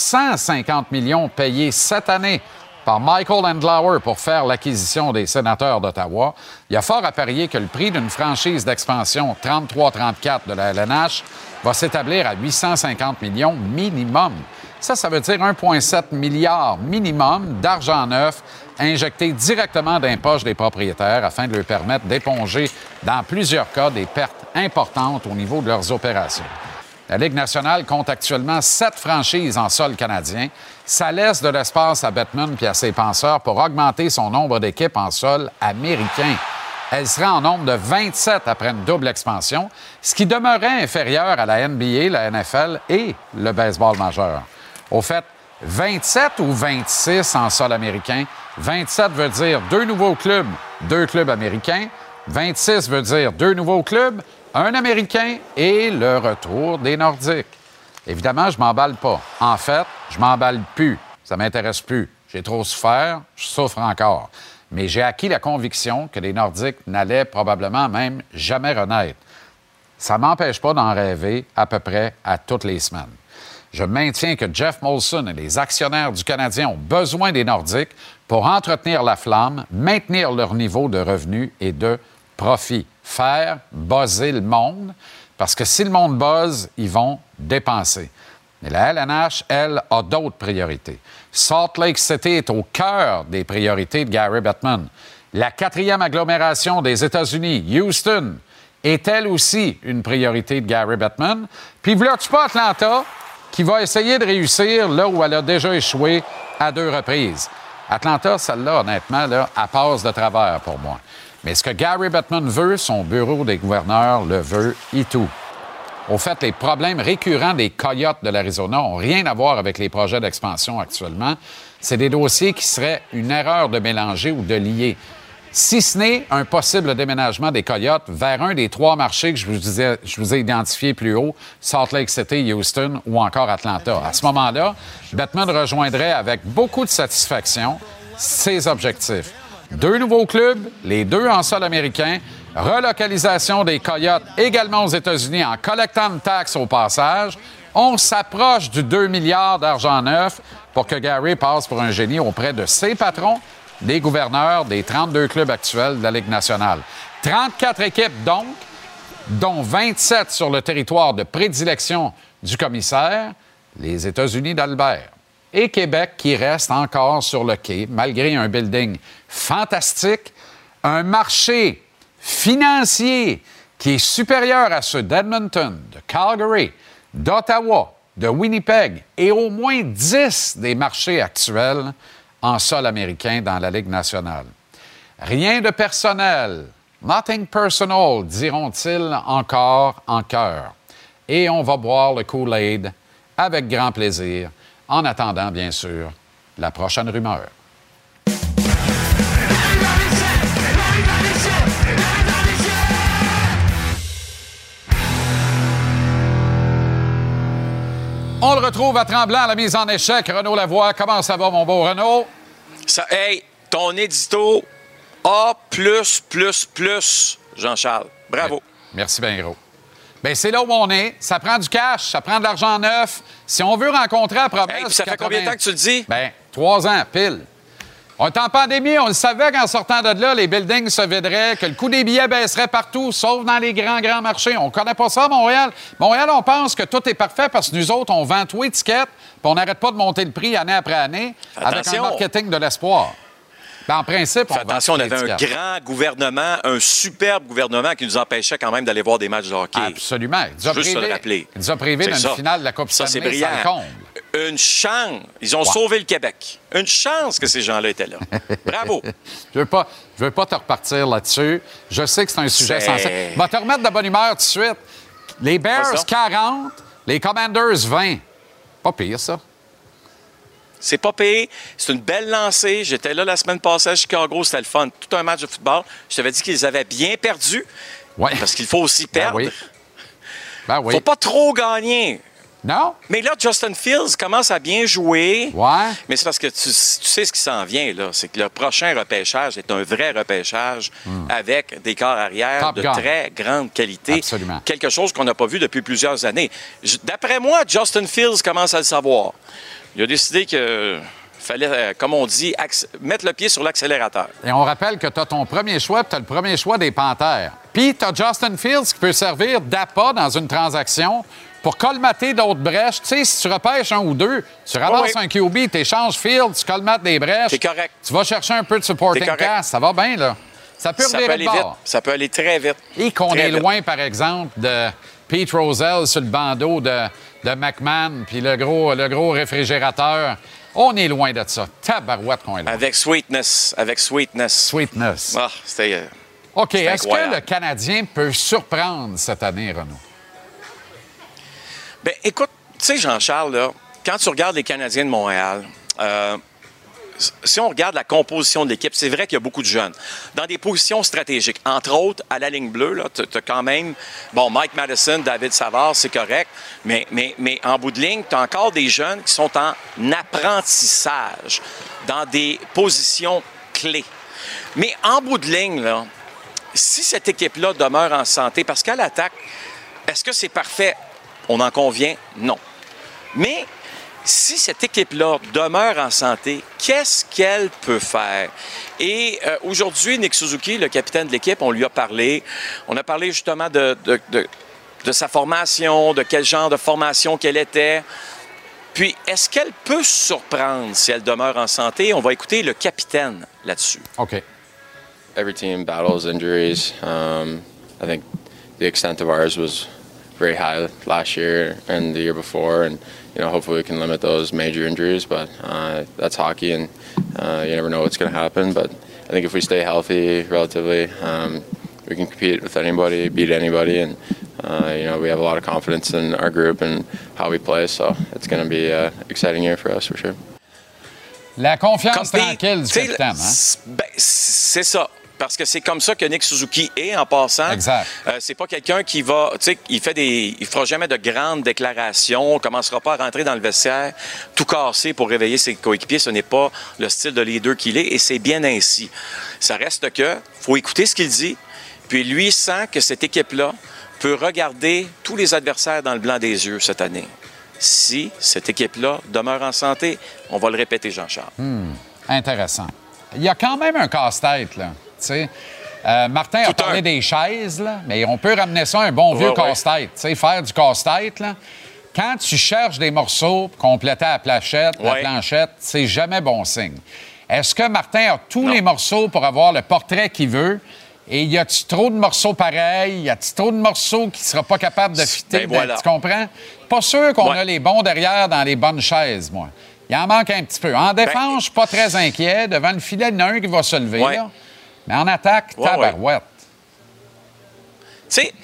950 millions payés cette année par Michael Andlauer pour faire l'acquisition des Sénateurs d'Ottawa, il y a fort à parier que le prix d'une franchise d'expansion 33-34 de la LNH va s'établir à 850 millions minimum. Ça veut dire 1,7 milliard minimum d'argent neuf injecté directement dans les poches des propriétaires afin de leur permettre d'éponger, dans plusieurs cas, des pertes importantes au niveau de leurs opérations. La Ligue nationale compte actuellement 7 franchises en sol canadien. Ça laisse de l'espace à Bettman et à ses penseurs pour augmenter son nombre d'équipes en sol américain. Elle serait en nombre de 27 après une double expansion, ce qui demeurait inférieur à la NBA, la NFL et le baseball majeur. Au fait, 27 ou 26 en sol américain? 27 veut dire 2 nouveaux clubs, 2 clubs américains. 26 veut dire 2 nouveaux clubs, un Américain et le retour des Nordiques. Évidemment, je m'emballe pas. En fait, je m'emballe plus. Ça m'intéresse plus. J'ai trop souffert, je souffre encore. Mais j'ai acquis la conviction que les Nordiques n'allaient probablement même jamais renaître. Ça ne m'empêche pas d'en rêver à peu près à toutes les semaines. Je maintiens que Jeff Molson et les actionnaires du Canadien ont besoin des Nordiques pour entretenir la flamme, maintenir leur niveau de revenus et de profit. Faire buzzer le monde, parce que si le monde buzz, ils vont dépenser. Mais la LNH, elle, a d'autres priorités. Salt Lake City est au cœur des priorités de Gary Bettman. La 4e agglomération des États-Unis, Houston, est elle aussi une priorité de Gary Bettman. Puis voilà-tu pas Atlanta, qui va essayer de réussir là où elle a déjà échoué à 2 reprises. Atlanta, celle-là, honnêtement, là, elle passe de travers pour moi. Mais ce que Gary Bettman veut, son bureau des gouverneurs le veut et tout. Au fait, les problèmes récurrents des Coyotes de l'Arizona n'ont rien à voir avec les projets d'expansion actuellement. C'est des dossiers qui seraient une erreur de mélanger ou de lier. Si ce n'est un possible déménagement des Coyotes vers un des 3 marchés que je vous ai identifiés plus haut, Salt Lake City, Houston ou encore Atlanta. À ce moment-là, Bettman rejoindrait avec beaucoup de satisfaction ses objectifs. 2 nouveaux clubs, les 2 en sol américain, relocalisation des Coyotes également aux États-Unis en collectant une taxe au passage. On s'approche du 2 milliards d'argent neuf pour que Gary passe pour un génie auprès de ses patrons, des gouverneurs des 32 clubs actuels de la Ligue nationale. 34 équipes donc, dont 27 sur le territoire de prédilection du commissaire, les États-Unis d'Albert. Et Québec qui reste encore sur le quai, malgré un building fantastique, un marché financier qui est supérieur à ceux d'Edmonton, de Calgary, d'Ottawa, de Winnipeg et au moins 10 des marchés actuels en sol américain dans la Ligue nationale. Rien de personnel, nothing personal, diront-ils encore en chœur. Et on va boire le Kool-Aid avec grand plaisir, en attendant, bien sûr, la prochaine rumeur. On le retrouve à Tremblant à la mise en échec. Renaud Lavoie, comment ça va, mon beau Renaud? Ça, hey, ton édito A+++, Jean-Charles. Bravo. Merci bien, gros. Bien, c'est là où on est. Ça prend du cash, ça prend de l'argent neuf. Si on veut rencontrer la promesse... Hey, ça fait combien de temps que tu le dis? Bien, 3 ans, pile. On est en pandémie, on le savait qu'en sortant de là, les buildings se videraient, que le coût des billets baisserait partout, sauf dans les grands marchés. On connaît pas ça à Montréal. Montréal, on pense que tout est parfait parce que nous autres, on vend tout étiquette, puis on n'arrête pas de monter le prix année après année avec un marketing de l'espoir. Ben, en principe, attention, on avait un grand gouvernement, un superbe gouvernement qui nous empêchait quand même d'aller voir des matchs de hockey. Absolument. Juste se le rappeler. Il nous a privé d'une finale de la Coupe Stanley. Ça, c'est brillant. Une chance. Ils ont sauvé le Québec. Une chance que ces gens-là étaient là. Bravo. Je veux pas te repartir là-dessus. Je sais que c'est un sujet sensible. Je vais te remettre de bonne humeur tout de suite. Les Bears, 40. Les Commanders, 20. Pas pire, ça. C'est pas pire. C'est une belle lancée. J'étais là la semaine passée à Chicago. C'était le fun. Tout un match de football. Je t'avais dit qu'ils avaient bien perdu. Ouais. Parce qu'il faut aussi perdre. Ben oui. Faut pas trop gagner. Non? Mais là, Justin Fields commence à bien jouer. Ouais. Mais c'est parce que tu sais ce qui s'en vient, là. C'est que le prochain repêchage est un vrai repêchage avec des corps arrière de très grande qualité. Absolument. Quelque chose qu'on n'a pas vu depuis plusieurs années. D'après moi, Justin Fields commence à le savoir. Il a décidé que fallait, comme on dit, mettre le pied sur l'accélérateur. Et on rappelle que tu as ton premier choix, puis tu as le premier choix des Panthères. Puis tu as Justin Fields qui peut servir d'appât dans une transaction pour colmater d'autres brèches. Tu sais, si tu repêches 1 ou 2, tu ramasses un QB, tu échanges Fields, tu colmates des brèches. C'est correct. Tu vas chercher un peu de supporting cast. Ça va bien, là. Ça peut revirer de bord. Ça peut aller très vite. Et qu'on est loin, par exemple, de Pete Rozelle sur le bandeau de McMahon, puis le gros réfrigérateur. On est loin de ça. Tabarouette qu'on est là. Avec Sweetness. Sweetness. Ah, c'était... OK. c'était Est-ce incroyable. que le Canadien peut surprendre cette année, Renaud? Bien, écoute, tu sais, Jean-Charles, là, quand tu regardes les Canadiens de Montréal, si on regarde la composition de l'équipe, c'est vrai qu'il y a beaucoup de jeunes. Dans des positions stratégiques, entre autres, à la ligne bleue, tu as quand même, bon, Mike Madison, David Savard, c'est correct, mais en bout de ligne, tu as encore des jeunes qui sont en apprentissage dans des positions clés. Mais en bout de ligne, là, si cette équipe-là demeure en santé, parce qu'à l'attaque, est-ce que c'est parfait? On en convient? Non. Mais si cette équipe-là demeure en santé, qu'est-ce qu'elle peut faire? Et aujourd'hui, Nick Suzuki, le capitaine de l'équipe, on lui a parlé. On a parlé justement de sa formation, de quel genre de formation qu'elle était. Puis, est-ce qu'elle peut surprendre si elle demeure en santé? On va écouter le capitaine là-dessus. OK. Every team battles injuries. I think the extent of ours was very high last year and the year before, and hopefully we can limit those major injuries. But that's hockey, and you never know what's going to happen. But I think if we stay healthy, relatively, we can compete with anybody, beat anybody, and we have a lot of confidence in our group and how we play. So it's going to be an exciting year for us for sure. La confiance tranquille du capitaine, hein? Ben, c'est ça. Parce que c'est comme ça que Nick Suzuki est, en passant. Exact. C'est pas quelqu'un qui va... Tu sais, il fera jamais de grandes déclarations, on commencera pas à rentrer dans le vestiaire tout cassé pour réveiller ses coéquipiers. Ce n'est pas le style de leader qu'il est, et c'est bien ainsi. Ça reste que faut écouter ce qu'il dit, puis lui sent que cette équipe-là peut regarder tous les adversaires dans le blanc des yeux cette année. Si cette équipe-là demeure en santé, on va le répéter, Jean-Charles. Intéressant. Il y a quand même un casse-tête, là. Martin a parlé des chaises, là, mais on peut ramener ça à un bon vieux casse-tête. Faire du casse-tête, là. Quand tu cherches des morceaux pour compléter la planchette, c'est jamais bon signe. Est-ce que Martin a tous les morceaux pour avoir le portrait qu'il veut? Et y a-tu trop de morceaux pareils? Y a-tu trop de morceaux qui ne sera pas capable de fitter? Voilà. Tu comprends? Pas sûr qu'on a les bons derrière dans les bonnes chaises, moi. Il en manque un petit peu. En défense, je suis pas très inquiet. Devant le filet, il y en a un qui va se lever, là. Mais en attaque, tabarouette. Tu sais,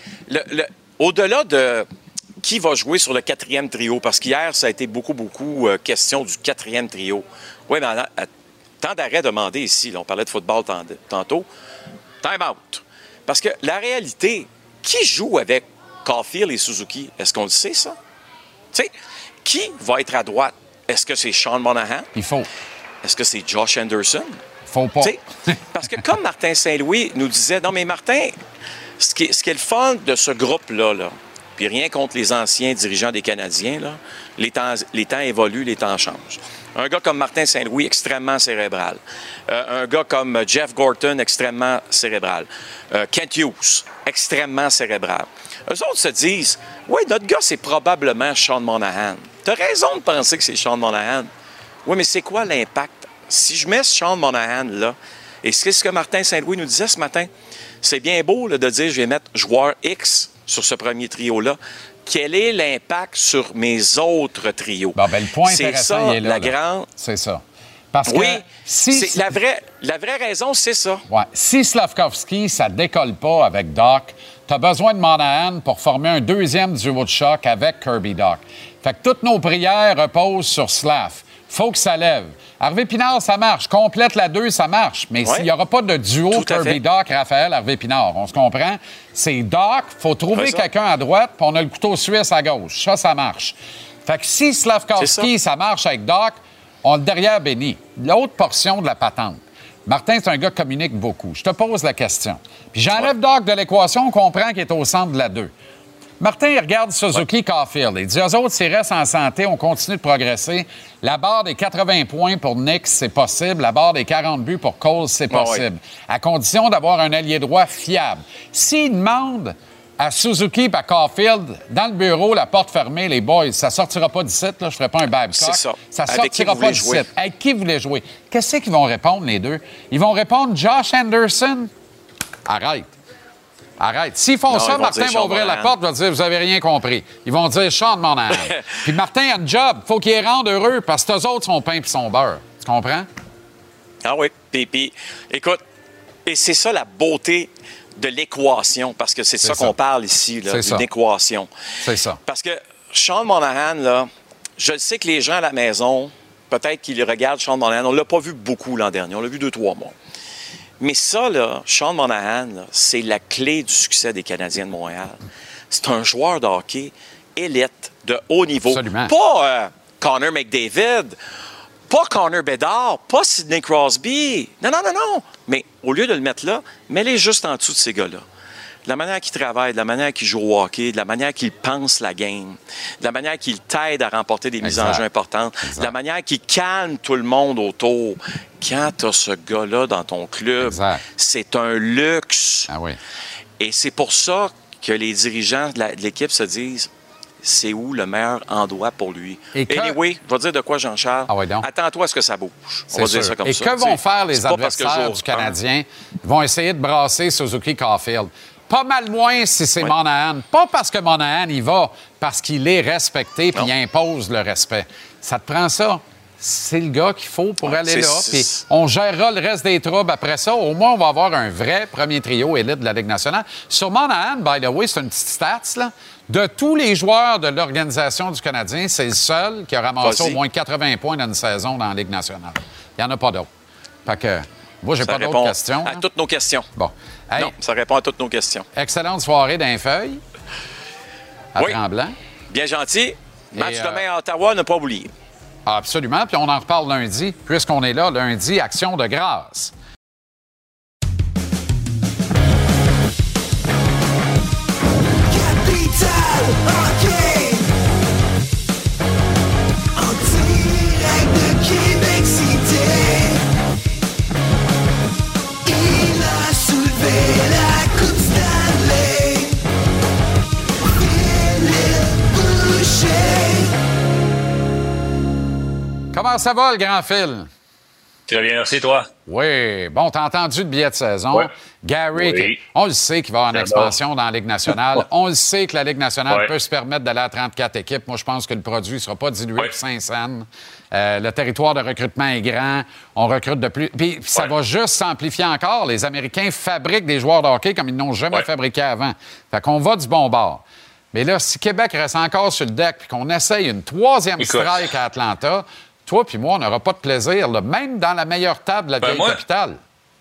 au-delà de qui va jouer sur le quatrième trio, parce qu'hier, ça a été beaucoup question du quatrième trio. Oui, mais tant d'arrêts demandés ici. Là, on parlait de football tantôt. Time out. Parce que la réalité, qui joue avec Caulfield et Suzuki? Est-ce qu'on le sait, ça? Tu sais, qui va être à droite? Est-ce que c'est Sean Monahan? Il faut. Est-ce que c'est Josh Anderson? Faut pas. Parce que comme Martin Saint-Louis nous disait, non, mais Martin, ce qui est le fun de ce groupe-là, puis rien contre les anciens dirigeants des Canadiens, là, les temps évoluent, les temps changent. Un gars comme Martin Saint-Louis, extrêmement cérébral. Un gars comme Jeff Gorton, extrêmement cérébral. Kent Hughes, extrêmement cérébral. Eux autres se disent, oui, notre gars, c'est probablement Sean Monahan. T'as raison de penser que c'est Sean Monahan. Oui, mais c'est quoi l'impact? Si je mets Sean Monahan là, et c'est ce que Martin Saint-Louis nous disait ce matin, c'est bien beau là, de dire je vais mettre joueur X sur ce premier trio-là. Quel est l'impact sur mes autres trios? Bon, ben, le point c'est intéressant, ça, il est là, la grande... C'est ça. Parce oui, que si... la vraie raison, c'est ça. Ouais. Si Slavkovski, ça décolle pas avec Doc, tu as besoin de Monahan pour former un deuxième duo de choc avec Kirby Dach. Fait que toutes nos prières reposent sur Slav. Faut que ça lève. Harvey Pinard, ça marche. Complète la 2, ça marche. Mais s'il n'y aura pas de duo Kirby Dach, Raphaël, Harvey Pinard, on se comprend? C'est Dach, faut trouver quelqu'un à droite, puis on a le couteau suisse à gauche. Ça marche. Fait que si Slavkovski, ça marche avec Dach, on le derrière béni. L'autre portion de la patente. Martin, c'est un gars qui communique beaucoup. Je te pose la question. Puis j'enlève Dach de l'équation, on comprend qu'il est au centre de la 2. Martin, il regarde Suzuki Caulfield. Il dit, eux autres, s'ils restent en santé, on continue de progresser. La barre des 80 points pour Nick, c'est possible. La barre des 40 buts pour Cole, c'est possible. À condition d'avoir un allié droit fiable. S'il demande à Suzuki et à Caulfield, dans le bureau, la porte fermée, les boys, ça sortira pas d'ici, là, je ferai pas un Babcock. C'est ça. Ça sortira pas d'ici. Avec qui vous voulez jouer? Qu'est-ce qu'ils vont répondre, les deux? Ils vont répondre Josh Anderson? Arrête. Arrête. S'ils font ça, Martin va ouvrir la porte et va dire « Vous avez rien compris ». Ils vont dire « Sean Monahan ». Puis Martin a un job. Il faut qu'il les rende heureux parce que eux autres sont pain et son beurre. Tu comprends? Ah oui. Puis écoute, et c'est ça la beauté de l'équation, parce que c'est ça qu'on parle ici, d'une équation. C'est ça. Parce que Sean Monahan, là, je sais que les gens à la maison, peut-être qu'ils regardent Sean Monahan, on ne l'a pas vu beaucoup l'an dernier, on l'a vu 2-3 mois. Mais ça, là, Sean Monahan, là, c'est la clé du succès des Canadiens de Montréal. C'est un joueur de hockey élite, de haut niveau. Absolument. Pas Connor McDavid, pas Connor Bedard, pas Sidney Crosby. Non. Mais au lieu de le mettre là, mets-les juste en dessous de ces gars-là. De la manière qu'il travaille, de la manière qu'il joue au hockey, de la manière qu'il pense la game, de la manière qu'il t'aide à remporter des mises en jeu importantes, de la manière qu'il calme tout le monde autour. Quand tu as ce gars-là dans ton club, c'est un luxe. Ah oui. Et c'est pour ça que les dirigeants de l'équipe se disent c'est où le meilleur endroit pour lui. Anyway, je vais dire de quoi, Jean-Charles. Ah oui, donc. Attends-toi à ce que ça bouge. On va dire ça comme ça. Et que vont faire les adversaires du Canadien? Ils vont essayer de brasser Suzuki Caulfield. Pas mal moins si c'est Monahan. Pas parce que Monahan y va, parce qu'il est respecté puis il impose le respect. Ça te prend ça? C'est le gars qu'il faut pour aller là. Puis on gérera le reste des troubles après ça. Au moins, on va avoir un vrai premier trio élite de la Ligue nationale. Sur Monahan, by the way, c'est une petite stats, là. De tous les joueurs de l'organisation du Canadien, c'est le seul qui a ramassé au moins 80 points dans une saison dans la Ligue nationale. Il n'y en a pas d'autres. Fait que moi, j'ai pas d'autres questions. À toutes nos questions. Bon. Hey, non, ça répond à toutes nos questions. Excellente soirée d'un feuille. À Tremblant. Bien gentil. Match demain à Ottawa, ne pas oublier. Absolument. Puis on en reparle lundi, puisqu'on est là lundi, Action de grâce. Hockey en direct de Québec City. Il a soulevé la Coupe Stanley. Philippe Boucher. Comment ça va, le grand Phil? Très bien, merci, toi. Oui. Bon, t'as entendu le billet de saison. Ouais. Gary, on le sait qu'il va y avoir une expansion dans la Ligue nationale. On le sait que la Ligue nationale peut se permettre d'aller à 34 équipes. Moi, je pense que le produit ne sera pas dilué pour 500. Le territoire de recrutement est grand. On recrute de plus. Puis ça va juste s'amplifier encore. Les Américains fabriquent des joueurs de hockey comme ils n'ont jamais fabriqué avant. Fait qu'on va du bon bord. Mais là, si Québec reste encore sur le deck puis qu'on essaye une troisième strike à Atlanta, toi puis moi, on n'aura pas de plaisir, là, même dans la meilleure table de la vieille capitale.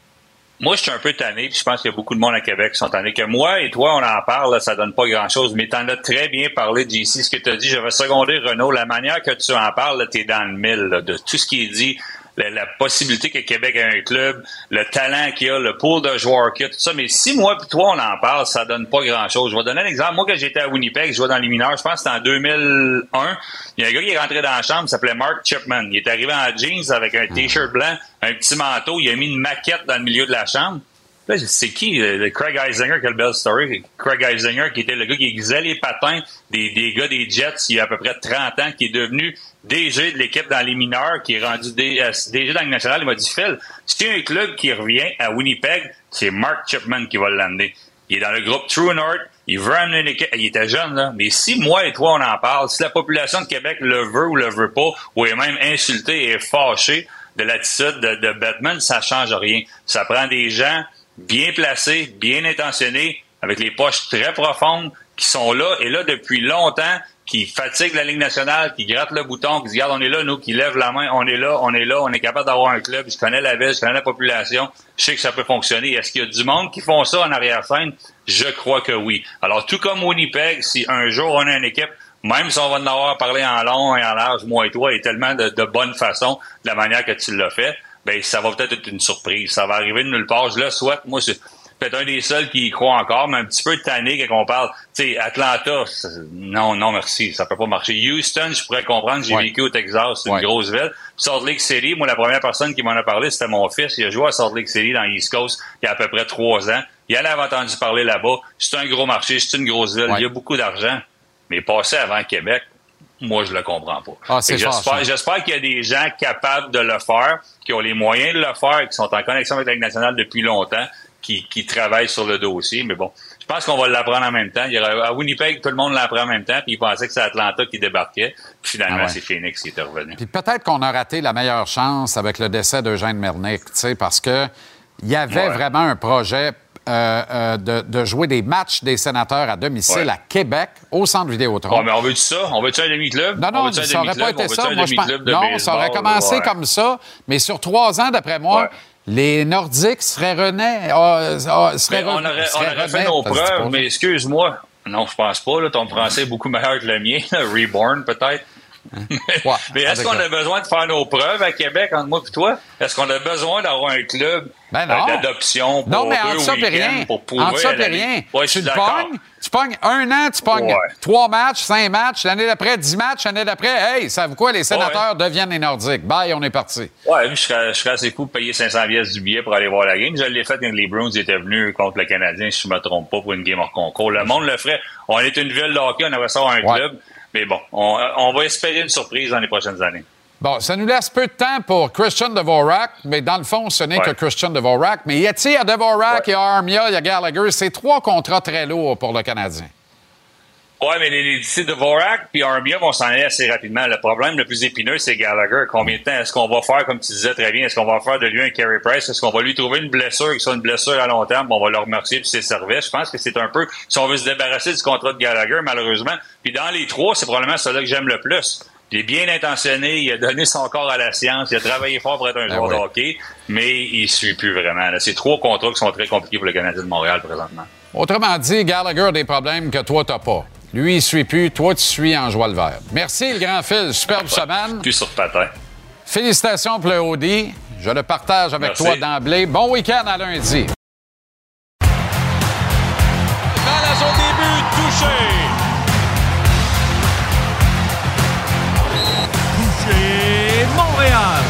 Moi, je suis un peu tanné, puis je pense qu'il y a beaucoup de monde à Québec qui sont tannés. Que moi et toi, on en parle, là, ça donne pas grand-chose, mais t'en as très bien parlé, JC, ce que tu as dit. Je vais seconder, Renaud, la manière que tu en parles, tu es dans le mille, là, de tout ce qui est dit, la possibilité que Québec ait un club, le talent qu'il y a, le pool de joueurs qu'il y a, tout ça. Mais si moi et toi, on en parle, ça donne pas grand-chose. Je vais donner un exemple. Moi, quand j'étais à Winnipeg, je jouais dans les mineurs, je pense que c'était en 2001. Il y a un gars qui est rentré dans la chambre, il s'appelait Mark Chipman. Il est arrivé en jeans avec un T-shirt blanc, un petit manteau. Il a mis une maquette dans le milieu de la chambre. Là, c'est qui? Le Craig Eisinger, quelle belle story. Craig Eisinger, qui était le gars qui aiguisait les patins des gars des Jets il y a à peu près 30 ans, qui est devenu DG de l'équipe dans les mineurs, qui est rendu DG dans la Ligue nationale. Il m'a dit, Phil, si un club qui revient à Winnipeg, c'est Mark Chipman qui va l'amener. Il est dans le groupe True North. Il veut amener une équipe. Il était jeune, là. Mais si moi et toi, on en parle, si la population de Québec le veut ou le veut pas, ou est même insultée et fâchée de l'attitude de Bettman, ça change rien. Ça prend des gens bien placés, bien intentionnés, avec les poches très profondes, qui sont là, et là depuis longtemps, qui fatiguent la Ligue nationale, qui grattent le bouton, qui disent, regarde, on est là, nous, qui lèvent la main, on est là, on est capable d'avoir un club, je connais la ville, je connais la population, je sais que ça peut fonctionner. Est-ce qu'il y a du monde qui font ça en arrière-scène? Je crois que oui. Alors, tout comme Winnipeg, si un jour on a une équipe, même si on va en avoir parlé en long et en large, moi et toi, et tellement de bonne façon, de la manière que tu l'as fait, ben ça va peut-être être une surprise. Ça va arriver de nulle part. Je le souhaite. Moi, c'est peut-être un des seuls qui y croit encore, mais un petit peu tanné quand on parle. Tu sais, Atlanta, non, merci. Ça peut pas marcher. Houston, je pourrais comprendre. J'ai vécu au Texas. C'est une grosse ville. Salt Lake City, moi, la première personne qui m'en a parlé, c'était mon fils. Il a joué à Salt Lake City dans l'East Coast il y a à peu près 3 ans. Il en avait entendu parler là-bas. C'est un gros marché. C'est une grosse ville. Il y a beaucoup d'argent. Mais passer avant Québec, moi, je le comprends pas. J'espère qu'il y a des gens capables de le faire, qui ont les moyens de le faire, qui sont en connexion avec la Ligue nationale depuis longtemps, qui travaillent sur le dossier. Mais bon, je pense qu'on va l'apprendre en même temps. À Winnipeg, tout le monde l'apprend en même temps, puis ils pensaient que c'est Atlanta qui débarquait. Puis finalement, c'est Phoenix qui était revenu. Puis peut-être qu'on a raté la meilleure chance avec le décès d'Eugène Mernick, tu sais, parce que il y avait vraiment un projet de jouer des matchs des Sénateurs à domicile à Québec, au Centre Vidéotron. Ouais, mais on veut-tu ça? On veut-tu un demi-club? Non, ça n'aurait pas été ça. Moi, non, ça aurait commencé comme ça, mais sur 3 ans, d'après moi, les Nordiques seraient revenus. On aurait fait nos preuves, mais excuse-moi. Non, je pense pas. Là, ton français est beaucoup meilleur que le mien. Reborn, peut-être. Mais est-ce qu'on a besoin de faire nos preuves à Québec, entre moi et toi? Est-ce qu'on a besoin d'avoir un club d'adoption pour 2 week-ends pour prouver entre ça et rien. Tu pognes 1 an, tu pognes 3 matchs, 5 matchs, l'année d'après, 10 matchs, l'année d'après, hey, savez-vous quoi, les Sénateurs deviennent les Nordiques. Bye, on est parti. Ouais, je serais assez fou de payer 500$ du billet pour aller voir la game. Je l'ai fait quand les Bruins étaient venus contre le Canadien, si je ne me trompe pas, pour une game hors concours. Le monde le ferait. On est une ville de hockey, on aimerait ça avoir un club. Mais bon, on va espérer une surprise dans les prochaines années. Bon, ça nous laisse peu de temps pour Christian Dvorak, mais dans le fond, ce n'est que Christian Dvorak. Mais il y a Dvorak, il y a Armia, il y a Gallagher. C'est 3 contrats très lourds pour le Canadien. Oui, mais les Dvorak puis Armia vont s'en aller assez rapidement. Le problème le plus épineux, c'est Gallagher. Combien de temps est-ce qu'on va faire, comme tu disais très bien, est-ce qu'on va faire de lui un Carey Price? Est-ce qu'on va lui trouver une blessure, qui soit une blessure à long terme? On va le remercier pour ses services. Je pense que c'est un peu, si on veut se débarrasser du contrat de Gallagher, malheureusement. Puis dans les 3, c'est probablement celui que j'aime le plus. Il est bien intentionné, il a donné son corps à la science, il a travaillé fort pour être un joueur de hockey, mais il ne suit plus vraiment. Là. C'est 3 contrats qui sont très compliqués pour le Canadien de Montréal présentement. Autrement dit, Gallagher a des problèmes que toi, t'as pas. Lui, il ne suit plus. Toi, tu suis en joie le vert. Merci, le grand Phil. Superbe semaine. Plus sur patin. Félicitations pour le Audi. Je le partage avec toi d'emblée. Bon week-end à lundi. Dans la zone des buts, touché. Touché, Montréal.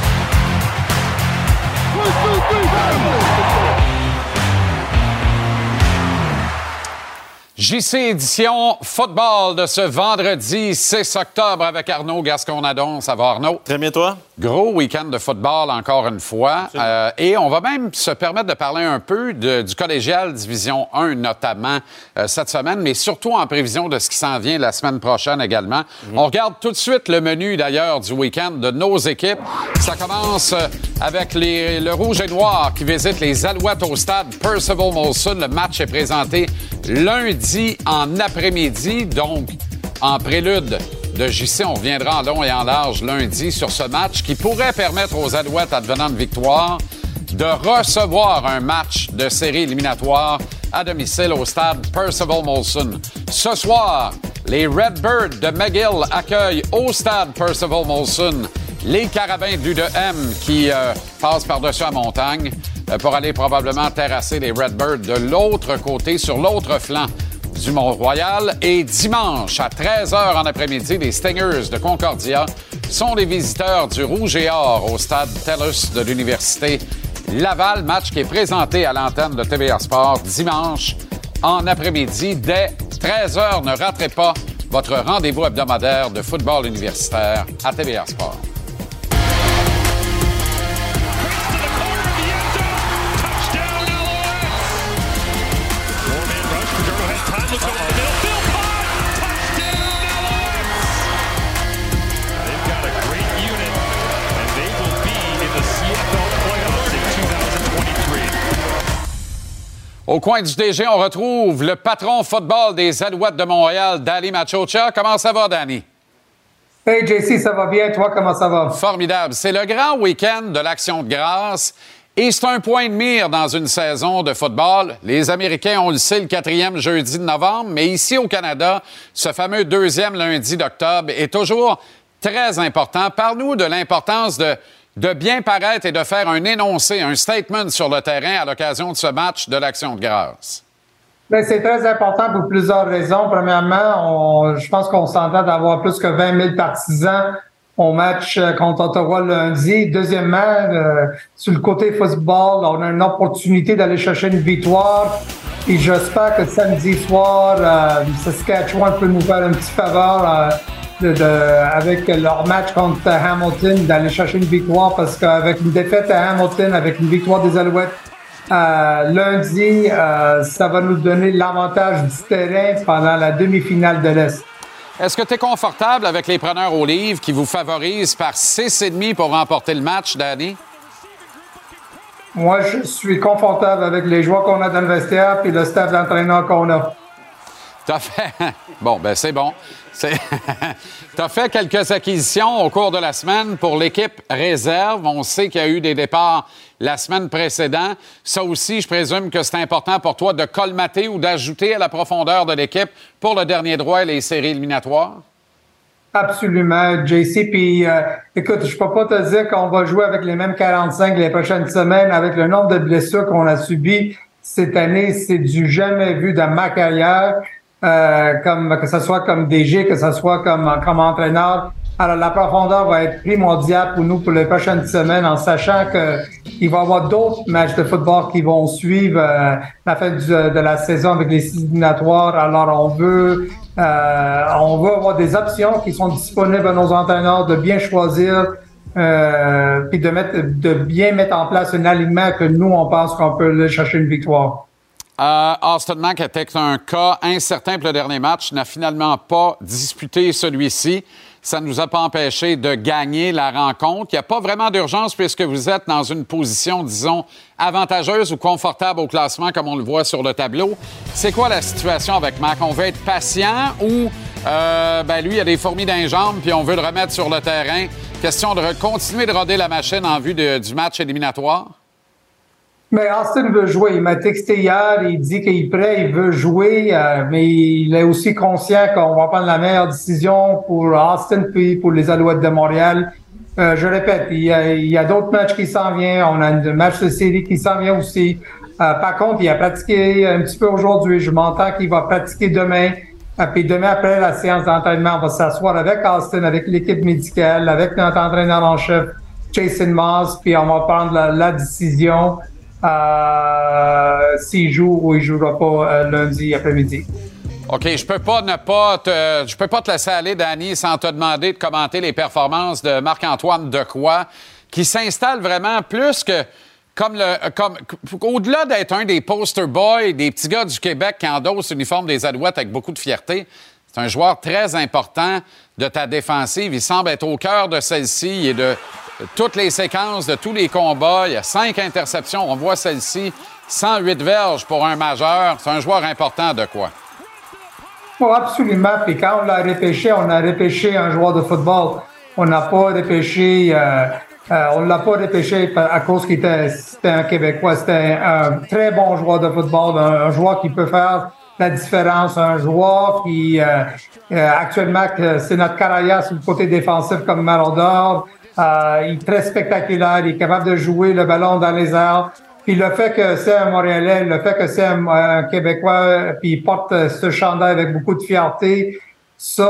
JC édition football de ce vendredi 6 octobre avec Arnaud Gascon-Nadon. Ça va, Arnaud? Très bien, toi? Gros week-end de football encore une fois. Et on va même se permettre de parler un peu du collégial Division 1 notamment cette semaine, mais surtout en prévision de ce qui s'en vient la semaine prochaine également. On regarde tout de suite le menu d'ailleurs du week-end de nos équipes. Ça commence avec le Rouge et Noir qui visite les Alouettes au stade Percival Molson. Le match est présenté lundi en après-midi, donc en prélude de JC, on reviendra en long et en large lundi sur ce match qui pourrait permettre aux Alouettes advenant de victoire de recevoir un match de série éliminatoire à domicile au stade Percival Molson. Ce soir, les Redbirds de McGill accueillent au stade Percival Molson les Carabins d'U2M qui passent par-dessus la montagne pour aller probablement terrasser les Redbirds de l'autre côté, sur l'autre flanc du Mont-Royal. Et dimanche, à 13h en après-midi, les Stingers de Concordia sont les visiteurs du Rouge et Or au stade TELUS de l'Université Laval. Match qui est présenté à l'antenne de TVA Sport dimanche en après-midi dès 13h. Ne raterez pas votre rendez-vous hebdomadaire de football universitaire à TVA Sport. Au coin du DG, on retrouve le patron football des Alouettes de Montréal, Danny Machocha. Comment ça va, Danny? Hey, JC, ça va bien? Toi, comment ça va? Formidable. C'est le grand week-end de l'Action de grâce et c'est un point de mire dans une saison de football. Les Américains, on le sait, le 4e jeudi de novembre, mais ici au Canada, ce fameux 2e lundi d'octobre est toujours très important. Parle-nous de l'importance de bien paraître et de faire un énoncé, un statement sur le terrain à l'occasion de ce match de l'Action de grâce. Bien, c'est très important pour plusieurs raisons. Premièrement, je pense qu'on s'entend d'avoir plus que 20 000 partisans au match contre Ottawa lundi. Deuxièmement, sur le côté football, on a une opportunité d'aller chercher une victoire. Et j'espère que samedi soir, Saskatchewan peut nous faire un petit faveur avec leur match contre Hamilton, d'aller chercher une victoire, parce qu'avec une défaite à Hamilton, avec une victoire des Alouettes lundi, ça va nous donner l'avantage du terrain pendant la demi-finale de l'Est. Est-ce que tu es confortable avec les preneurs au livre qui vous favorisent par 6,5 pour remporter le match, Danny? Moi, je suis confortable avec les joueurs qu'on a dans le vestiaire et le staff d'entraîneur qu'on a. T'as fait... Bon, ben c'est bon. T'as fait quelques acquisitions au cours de la semaine pour l'équipe réserve. On sait qu'il y a eu des départs la semaine précédente. Ça aussi, je présume que c'est important pour toi de colmater ou d'ajouter à la profondeur de l'équipe pour le dernier droit et les séries éliminatoires? Absolument, JC. Puis, écoute, je peux pas te dire qu'on va jouer avec les mêmes 45 les prochaines semaines avec le nombre de blessures qu'on a subies cette année. C'est du jamais vu dans ma carrière. Que ce soit comme DG, que ce soit comme entraîneur. Alors, la profondeur va être primordiale pour nous pour les prochaines semaines, en sachant qu'il va y avoir d'autres matchs de football qui vont suivre la fin de la saison avec les éliminatoires. Alors, on veut avoir des options qui sont disponibles à nos entraîneurs de bien choisir, puis de bien mettre en place un alignement que nous, on pense qu'on peut aller chercher une victoire. Austin Mack était un cas incertain pour le dernier match, n'a finalement pas disputé celui-ci. Ça ne nous a pas empêché de gagner la rencontre. Il n'y a pas vraiment d'urgence puisque vous êtes dans une position, disons, avantageuse ou confortable au classement, comme on le voit sur le tableau. C'est quoi la situation avec Mack? On veut être patient ou, lui, il a des fourmis dans les jambes puis on veut le remettre sur le terrain? Question de continuer de roder la machine en vue du match éliminatoire? Mais Austin veut jouer. Il m'a texté hier, il dit qu'il est prêt, il veut jouer, mais il est aussi conscient qu'on va prendre la meilleure décision pour Austin puis pour les Alouettes de Montréal. Je répète, il y a d'autres matchs qui s'en viennent. On a un match de série qui s'en vient aussi. Par contre, il a pratiqué un petit peu aujourd'hui. Je m'entends qu'il va pratiquer demain. Puis demain, après la séance d'entraînement, on va s'asseoir avec Austin, avec l'équipe médicale, avec notre entraîneur en chef, Jason Moss, puis on va prendre la décision s'il joue ou il jouera pas lundi après-midi. OK, je peux pas te laisser aller, Danny, sans te demander de commenter les performances de Marc-Antoine Dequoy, qui s'installe vraiment plus que au-delà d'être un des poster boys, des petits gars du Québec qui endossent l'uniforme des Alouettes avec beaucoup de fierté. C'est un joueur très important de ta défensive. Il semble être au cœur de celle-ci et de toutes les séquences, de tous les combats. Il y a 5 interceptions. On voit celle-ci. 108 verges pour un majeur. C'est un joueur important de quoi? Oh, absolument. Puis quand on l'a repêché, on a repêché un joueur de football. On n'a pas repêché... on ne l'a pas repêché à cause qu'il c'était un Québécois. C'était un très bon joueur de football, un joueur qui peut faire la différence, un joueur qui, actuellement, c'est notre carrière sur le côté défensif comme Marauder. Il est très spectaculaire, il est capable de jouer le ballon dans les airs. Puis le fait que c'est un Montréalais, le fait que c'est un Québécois, puis il porte ce chandail avec beaucoup de fierté, ça,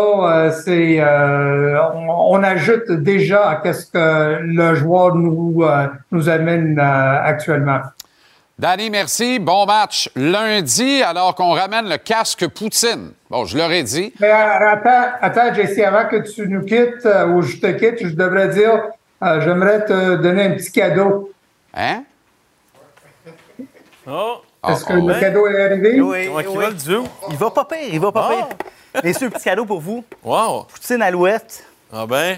on ajoute déjà à qu'est-ce que le joueur nous amène actuellement. Danny, merci. Bon match lundi, alors qu'on ramène le casque Poutine. Bon, je l'aurais dit. Mais attends, Jesse, avant que tu nous quittes ou je te quitte, je devrais dire, j'aimerais te donner un petit cadeau. Hein? Oh! Est-ce que le cadeau est arrivé? Oui. Il va pas pire. Messieurs, petit cadeau pour vous. Wow! Poutine Alouette. Ah ben?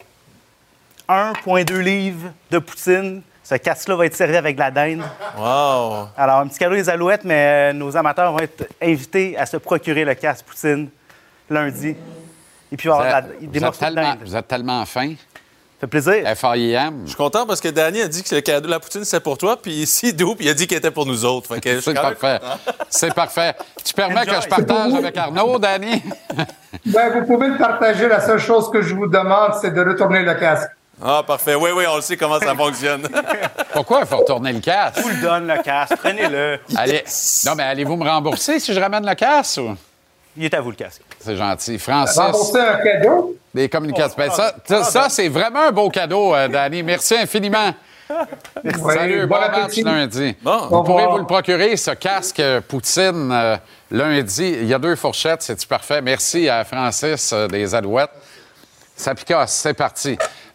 1,2 livres de poutine. Ce casque-là va être servi avec de la dinde. Wow! Alors, un petit cadeau des Alouettes, mais nos amateurs vont être invités à se procurer le casque poutine lundi. Et puis, il va y avoir des morceaux de dinde. Vous êtes tellement fin. Ça fait plaisir. FAIM. Je suis content parce que Danny a dit que le cadeau de la poutine, c'était pour toi, puis ici, Doux, puis il a dit qu'il était pour nous autres. C'est parfait. C'est parfait. Tu permets que je partage avec Arnaud, Danny? Vous pouvez le partager. La seule chose que je vous demande, c'est de retourner le casque. Ah, parfait. Oui, on le sait comment ça fonctionne. Pourquoi il faut retourner le casque? Je vous le donne, le casque. Prenez-le. Non, mais allez-vous me rembourser si je ramène le casque? Ou? Il est à vous, le casque. C'est gentil. Francis. Rembourser un cadeau? Des communications. Ça, c'est vraiment un beau cadeau, Danny. Merci infiniment. Merci. Salut, bon match lundi. Bon. Vous pourrez vous le procurer, ce casque Poutine, lundi. Il y a 2 fourchettes, c'est-tu parfait? Merci à Francis des Alouettes. Ça picasse, c'est parti.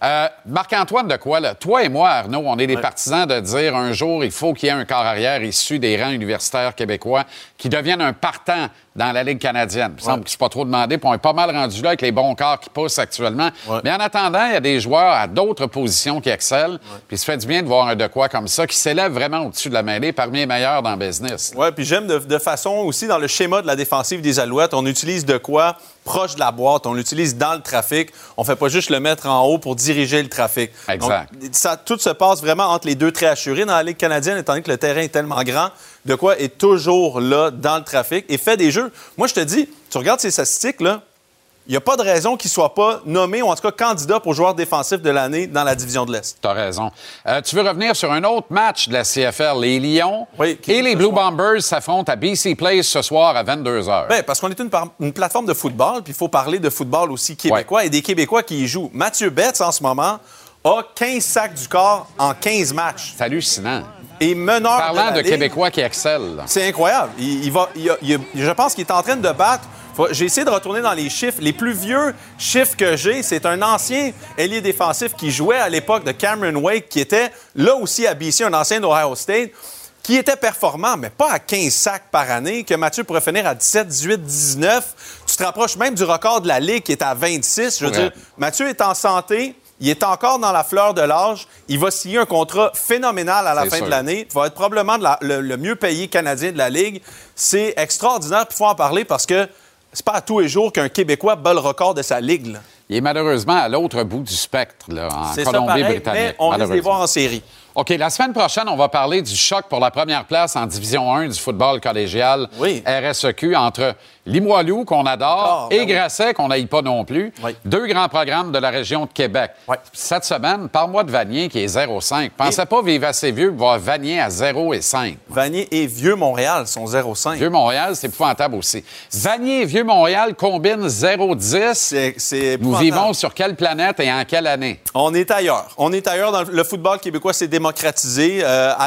Marc-Antoine Dequoy, là, toi et moi, Arnaud, on est des partisans de dire un jour, il faut qu'il y ait un corps arrière issu des rangs universitaires québécois qui devienne un partant dans la Ligue canadienne. Il me semble que c'est pas trop demandé, puis on est pas mal rendu là avec les bons corps qui poussent actuellement. Mais en attendant, il y a des joueurs à d'autres positions qui excellent, puis ça fait du bien de voir un Dequoy comme ça qui s'élève vraiment au-dessus de la mêlée parmi les meilleurs dans le business. Oui, puis j'aime de façon aussi dans le schéma de la défensive des Alouettes, on utilise Dequoy proche de la boîte, on l'utilise dans le trafic. On fait pas juste le mettre en haut pour diriger le trafic. Exact. Donc, tout se passe vraiment entre les deux traits assurés dans la Ligue canadienne, étant donné que le terrain est tellement grand. Dequoy est toujours là dans le trafic et fait des jeux. Moi, je te dis, tu regardes ces statistiques, là, il n'y a pas de raison qu'il ne soit pas nommé ou en tout cas candidat pour joueur défensif de l'année dans la division de l'Est. Tu as raison. Tu veux revenir sur un autre match de la CFL. Les Lions et les Blue Bombers s'affrontent à BC Place ce soir à 22h. Bien, parce qu'on est une plateforme de football, puis il faut parler de football aussi québécois et des Québécois qui y jouent. Mathieu Betts, en ce moment, a 15 sacs du corps en 15 matchs. C'est hallucinant. Et meneur Parlant de Ligue, Québécois qui excellent. C'est incroyable. Je pense qu'il est en train de battre. J'ai essayé de retourner dans les chiffres. Les plus vieux chiffres que j'ai, c'est un ancien ailier défensif qui jouait à l'époque de Cameron Wake, qui était là aussi à BC, un ancien d'Ohio State, qui était performant, mais pas à 15 sacs par année, que Mathieu pourrait finir à 17, 18, 19. Tu te rapproches même du record de la Ligue qui est à 26. Je veux dire, Mathieu est en santé. Il est encore dans la fleur de l'âge. Il va signer un contrat phénoménal à la fin de l'année. Il va être probablement le mieux payé Canadien de la Ligue. C'est extraordinaire, puis il faut en parler parce que c'est pas à tous les jours qu'un Québécois bat le record de sa Ligue. Là. Il est malheureusement à l'autre bout du spectre, là, en Colombie-Britannique. Mais on risque de les voir en série. OK, la semaine prochaine, on va parler du choc pour la première place en Division 1 du football collégial RSEQ entre Limoilou, qu'on adore, et Grasset, qu'on n'aille pas non plus. Deux grands programmes de la région de Québec. Cette semaine, parle-moi de Vanier, qui est 0,5. Pensais pas vivre assez vieux pour voir Vanier à 0,5. Vanier et Vieux-Montréal sont 0,5. Vieux-Montréal, c'est épouvantable aussi. Vanier et Vieux-Montréal combinent 0,10. C'est Nous vivons sur quelle planète et en quelle année? On est ailleurs. On est ailleurs. Dans le football québécois, c'est démocratisé.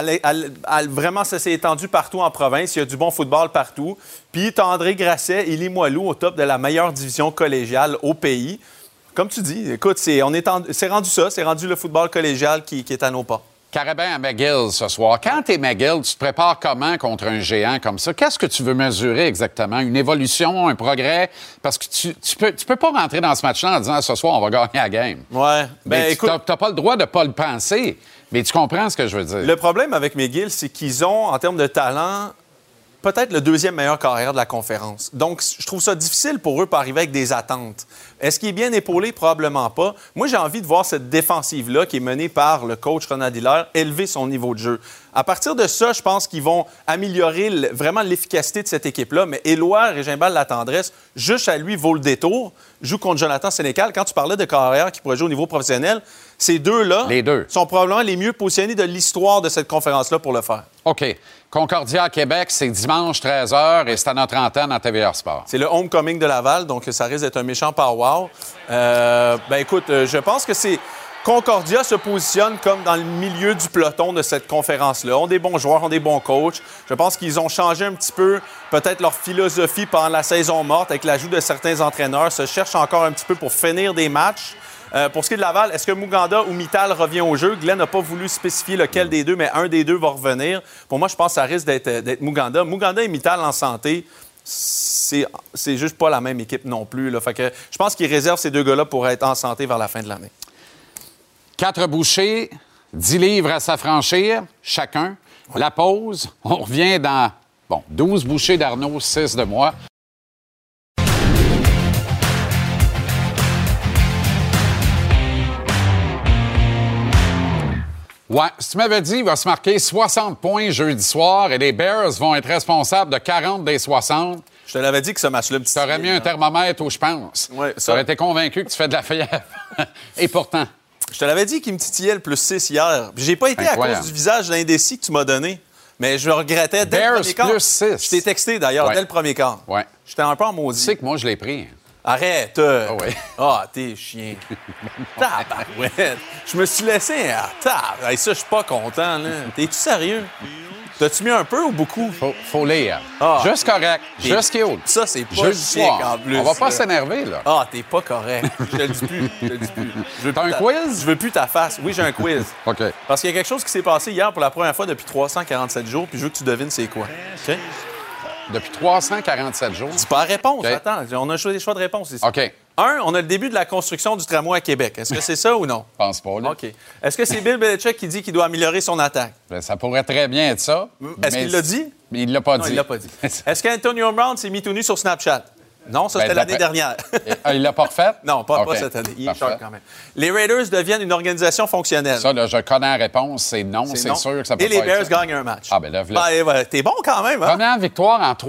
Vraiment, ça s'est étendu partout en province. Il y a du bon football partout. Puis, tu as André Grasset et Limoilou au top de la meilleure division collégiale au pays. Comme tu dis, écoute, c'est rendu ça. C'est rendu le football collégial qui est à nos pas. Carabin à McGill ce soir. Quand tu es McGill, tu te prépares comment contre un géant comme ça? Qu'est-ce que tu veux mesurer exactement? Une évolution, un progrès? Parce que tu peux pas rentrer dans ce match-là en disant « ce soir, on va gagner la game ». Ouais. Ben, écoute, tu n'as pas le droit de pas le penser, mais tu comprends ce que je veux dire. Le problème avec McGill, c'est qu'ils ont, en termes de talent, peut-être le deuxième meilleur carrière de la conférence. Donc, je trouve ça difficile pour eux pour arriver avec des attentes. Est-ce qu'il est bien épaulé? Probablement pas. Moi, j'ai envie de voir cette défensive-là qui est menée par le coach Ronald Hiller élever son niveau de jeu. À partir de ça, je pense qu'ils vont améliorer vraiment l'efficacité de cette équipe-là. Mais Éloi, Régimbal, La Tendresse, juste à lui vaut le détour. Joue contre Jonathan Sénécal. Quand tu parlais de carrière qui pourrait jouer au niveau professionnel, ces deux-là sont probablement les mieux positionnés de l'histoire de cette conférence-là pour le faire. OK. Concordia à Québec, c'est dimanche 13h et c'est à notre antenne à TVR Sport. C'est le homecoming de Laval, donc ça risque d'être un méchant pow-wow. Écoute, je pense que c'est... Concordia se positionne comme dans le milieu du peloton de cette conférence-là. Ont des bons joueurs, ont des bons coachs. Je pense qu'ils ont changé un petit peu peut-être leur philosophie pendant la saison morte avec l'ajout de certains entraîneurs. Se cherchent encore un petit peu pour finir des matchs. Pour ce qui est de Laval, est-ce que Muganda ou Mittal revient au jeu? Glenn n'a pas voulu spécifier lequel des deux, mais un des deux va revenir. Pour moi, je pense que ça risque d'être Muganda. Muganda et Mittal en santé, c'est juste pas la même équipe non plus. Là. Fait que je pense qu'ils réservent ces deux gars-là pour être en santé vers la fin de l'année. 4 bouchées, 10 livres à s'affranchir, chacun. Ouais. La pause, on revient dans, 12 bouchées d'Arnaud, 6 de moi. Ouais, si tu m'avais dit, il va se marquer 60 points jeudi soir et les Bears vont être responsables de 40 des 60. Je te l'avais dit que ce match-là... Tu aurais mis un thermomètre où je pense. Ouais, ça aurait été convaincu que tu fais de la fièvre. Et pourtant... Je te l'avais dit qu'il me titillait le plus 6 hier. J'ai pas été à cause du visage d'indécis que tu m'as donné, mais je le regrettais dès le premier quart. Plus 6. Je t'ai texté d'ailleurs dès le premier quart. Ouais. J'étais un peu en maudit. Tu sais que moi, je l'ai pris. Arrête! T'es chien. Tabarouette! Je me suis laissé... ça, je suis pas content, là. T'es-tu sérieux? T'as-tu mis un peu ou beaucoup? Faut lire. Ah. Juste correct. Juste cute. Ça, c'est pas Jeudi chic soir. en plus. On va pas là. s'énerver, là. Ah, t'es pas correct. Je te le dis plus. Je te le dis plus. T'as un quiz? Je veux plus ta face. Oui, j'ai un quiz. OK. Parce qu'il y a quelque chose qui s'est passé hier pour la première fois depuis 347 jours, puis je veux que tu devines c'est quoi. OK? Depuis 347 jours. C'est pas la réponse. OK. Attends, on a des choix de réponse ici. OK. On a le début de la construction du tramway à Québec. Est-ce que c'est ça ou non? Je pense pas, là. OK. Est-ce que c'est Bill Belichick qui dit qu'il doit améliorer son attaque? Ben, ça pourrait très bien être ça. Est-ce mais qu'il l'a dit? Il l'a pas Non, dit. il l'a pas dit. Est-ce qu'Antonio Brown s'est mis tout nu sur Snapchat? Non, ça, c'était l'année dernière. Il l'a pas refait? Non, pas OK. cette année. Il est Parfait. sharp quand même. Les Raiders deviennent une organisation fonctionnelle. Ça, là, je connais la réponse. C'est non, c'est non. sûr que ça peut Et pas les être Bears ça. gagnent un match. Ah, ben là, T'es bon quand même, hein? Première victoire en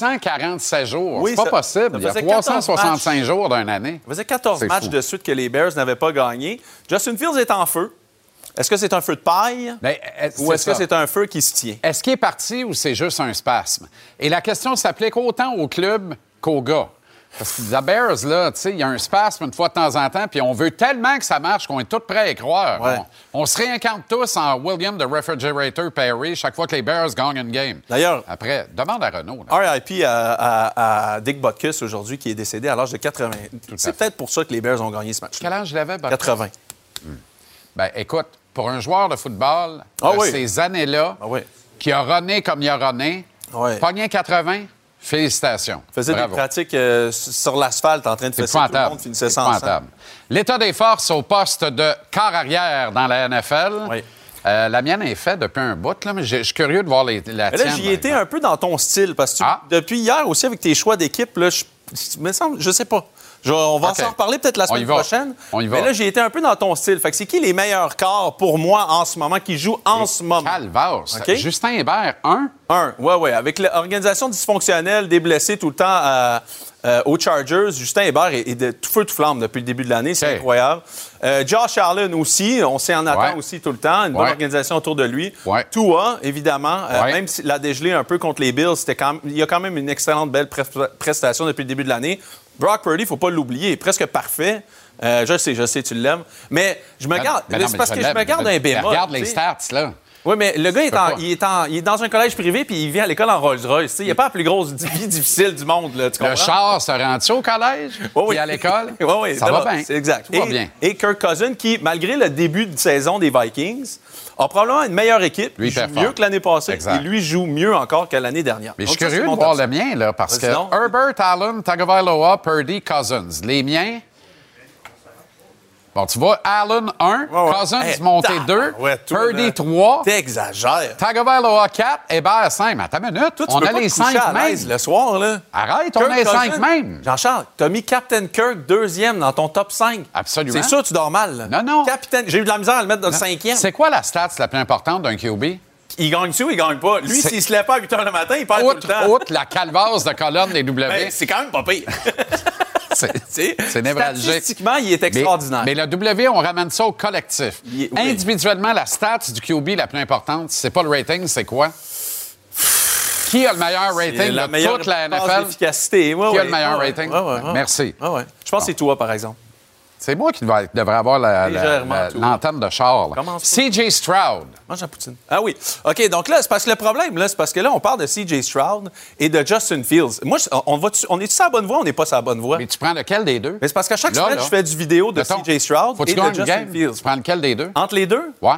347 jours. Oui, c'est pas ça possible. Il y a faisait 14 365 matchs. jours d'une année. Ça faisait 14 C'est matchs fou. de suite que les Bears n'avaient pas gagné. Justin Fields est en feu. Est-ce que c'est un feu de paille? Ben, ou est-ce que ça. c'est un feu qui se tient? Est-ce qu'il est parti ou c'est juste un spasme? Et la question s'applique autant au club qu'au gars. Parce que les Bears, là, tu sais, il y a un spasme une fois de temps en temps, puis on veut tellement que ça marche qu'on est tous prêts à y croire. Ouais. On se réincarne tous en William the Refrigerator Perry chaque fois que les Bears gagnent une game. D'ailleurs, après, demande à Renaud. là. RIP à Dick Butkus aujourd'hui, qui est décédé à l'âge de 80. C'est peut-être pour ça que les Bears ont gagné ce match. Quel âge il avait, Butkus? 80. Ben, écoute, pour un joueur de football, Ah de oui. ces années-là, qui a runné comme il a runné, pogné 80, félicitations. Faisait Bravo. des pratiques sur l'asphalte en train de C'est fesser tout le épouvantable. monde, finissait C'est 100. épouvantable. L'état des forces au poste de quart arrière dans la NFL. La mienne est faite depuis un bout, là, mais je suis curieux de voir la Mais tienne. là, j'y étais un peu dans ton style, parce que depuis hier aussi, avec tes choix d'équipe, là, me semble, je sais pas. On va OK. s'en reparler peut-être la On y semaine va. prochaine. On y va. Mais là, j'ai été un peu dans ton style. Fait que c'est qui les meilleurs corps pour moi en ce moment, qui jouent en ce moment? Calvasse. OK? Justin Hébert, 1. Oui. Avec l'organisation dysfonctionnelle, des blessés tout le temps aux Chargers, Justin Hébert est de tout feu, tout flamme depuis le début de l'année. C'est incroyable. Josh Allen aussi, on s'en attend aussi tout le temps. Une bonne organisation autour de lui. Tua, évidemment, même s'il a dégelé un peu contre les Bills, il y a quand même une excellente belle prestation depuis le début de l'année. Brock Purdy, il ne faut pas l'oublier, presque parfait. Je sais, tu l'aimes. Mais je me garde. C'est parce que je me garde un bémol. Regarde les tu sais. stats, là. Oui, mais le gars, il est dans un collège privé puis il vient à l'école en Rolls-Royce. Il n'y a pas la plus grosse vie difficile du monde. Là, tu comprends? Le char se rend-tu au collège? Puis à l'école? Oui, ça va bien. C'est exact. Tout va bien. Et Kirk Cousins, qui, malgré le début de saison des Vikings, a probablement une meilleure équipe. Lui, il joue performe. mieux que l'année passée. Exact. Et lui joue mieux encore que l'année dernière. Mais je Donc, suis ça, curieux c'est de mon voir top le mien, là, parce que Vas-y donc. Herbert, Allen, Tagovailoa, Purdy, Cousins. Les miens... Bon, tu vois, Allen, 1, Cousins, monté 2, Purdy, 3. T'exagères. Tagovailoa, 4, Hébert, 5. Mais attends une minute, Toi, tu on peux a pas les te coucher 5 à mêmes. l'aise le soir, là. Arrête, on Kirk a les 5 Cousins. mêmes. Jean-Charles, t'as mis Captain Kirk deuxième dans ton top 5. Absolument. C'est sûr, tu dors mal. Là. Non. Capitaine, j'ai eu de la misère à le mettre dans le 5e. C'est quoi la stat la plus importante d'un QB? Il gagne-tu ou il gagne pas? Lui, s'il se lève pas à 8 h le matin, il perd tout le temps. Outre la calvasse de colonne des W. Ben, c'est quand même pas pire. C'est névralgique. Statistiquement, il est extraordinaire. Mais le W, on ramène ça au collectif. Individuellement, la stat du QB la plus importante, c'est pas le rating, c'est quoi? Qui a le meilleur rating de toute la NFL? Efficacité. Qui a le meilleur rating? Merci. Je pense que c'est toi, par exemple. C'est moi qui devrais avoir l'antenne de char. là. C.J. Stroud. Mange la poutine. Ah oui. OK, donc là, c'est parce que le problème, là, c'est parce que là, on parle de C.J. Stroud et de Justin Fields. Moi, on est-tu sur la bonne voie ou on n'est pas sur la bonne voie? Mais tu prends lequel des deux? Mais c'est parce qu'à chaque semaine, je fais du vidéo de C.J. Stroud et de Justin Fields. Tu prends lequel des deux? Entre les deux? Ouais.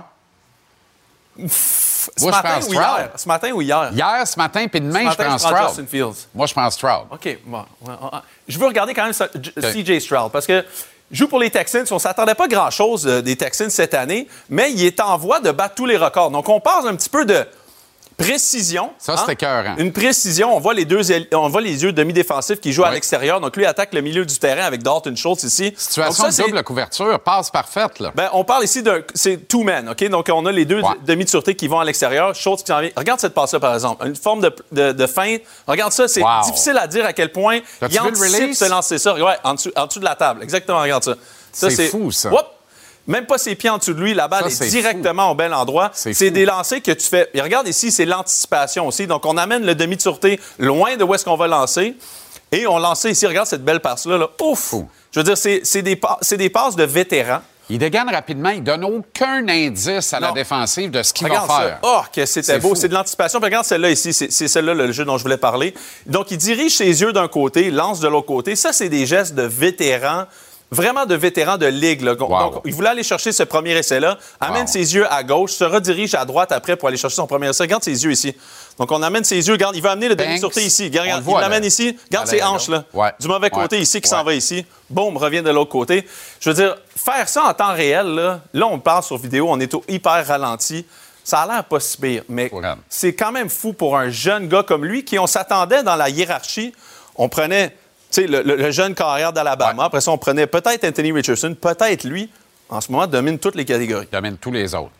Ce matin ou hier? Hier, ce matin, puis demain, je prends Stroud. Justin Fields. Moi, je prends Stroud. OK. Bon. Je veux regarder quand même C.J. Stroud parce que joue pour les Texans. On ne s'attendait pas grand-chose des Texans cette année, mais il est en voie de battre tous les records. Donc, on parle un petit peu de précision. Ça, c'est écœurant. Une précision. On voit les yeux demi-défensifs qui jouent à l'extérieur. Donc, lui attaque le milieu du terrain avec Dalton Schultz ici. Situation de double couverture, passe parfaite. Là. Ben, on parle ici c'est two-man, OK? Donc, on a les deux demi de sûreté qui vont à l'extérieur. Schultz qui s'en vient. Regarde cette passe-là, par exemple. Une forme de feinte. Regarde ça. C'est difficile à dire à quel point il anticipe se lancer ça. Ouais, en dessous de la table. Exactement, regarde ça. C'est fou, ça. Même pas ses pieds en dessous de lui, la balle est directement au bel endroit. C'est des lancers que tu fais. Et regarde ici, c'est l'anticipation aussi. Donc, on amène le demi de sûreté loin de où est-ce qu'on va lancer. Et on lance ici, regarde cette belle passe-là. Là. Ouf! Je veux dire, c'est des passes de vétérans. Il dégaine rapidement, il donne aucun indice à la défensive de ce qu'il va faire. Ça. Oh, que c'était beau. C'est de l'anticipation. Puis regarde celle-là ici. C'est celle-là, le jeu dont je voulais parler. Donc, il dirige ses yeux d'un côté, lance de l'autre côté. Ça, c'est des gestes de vétérans. Vraiment de vétérans de ligue. Là. Donc, il voulait aller chercher ce premier essai-là, amène ses yeux à gauche, se redirige à droite après pour aller chercher son premier essai. Regarde ses yeux ici. Donc, on amène ses yeux. Regarde, il va amener le demi-sûreté ici. Regarde, il l'amène ici. Regarde ses hanches, là. Du mauvais côté ici, qui s'en va ici. Boum, revient de l'autre côté. Je veux dire, faire ça en temps réel, là on parle sur vidéo, on est hyper ralenti. Ça a l'air pas si pire, mais c'est quand même fou pour un jeune gars comme lui, qui, on s'attendait dans la hiérarchie, on prenait... Tu sais, le jeune carrière d'Alabama. Après ça, on prenait peut-être Anthony Richardson, peut-être lui. En ce moment, domine toutes les catégories. Domine tous les autres.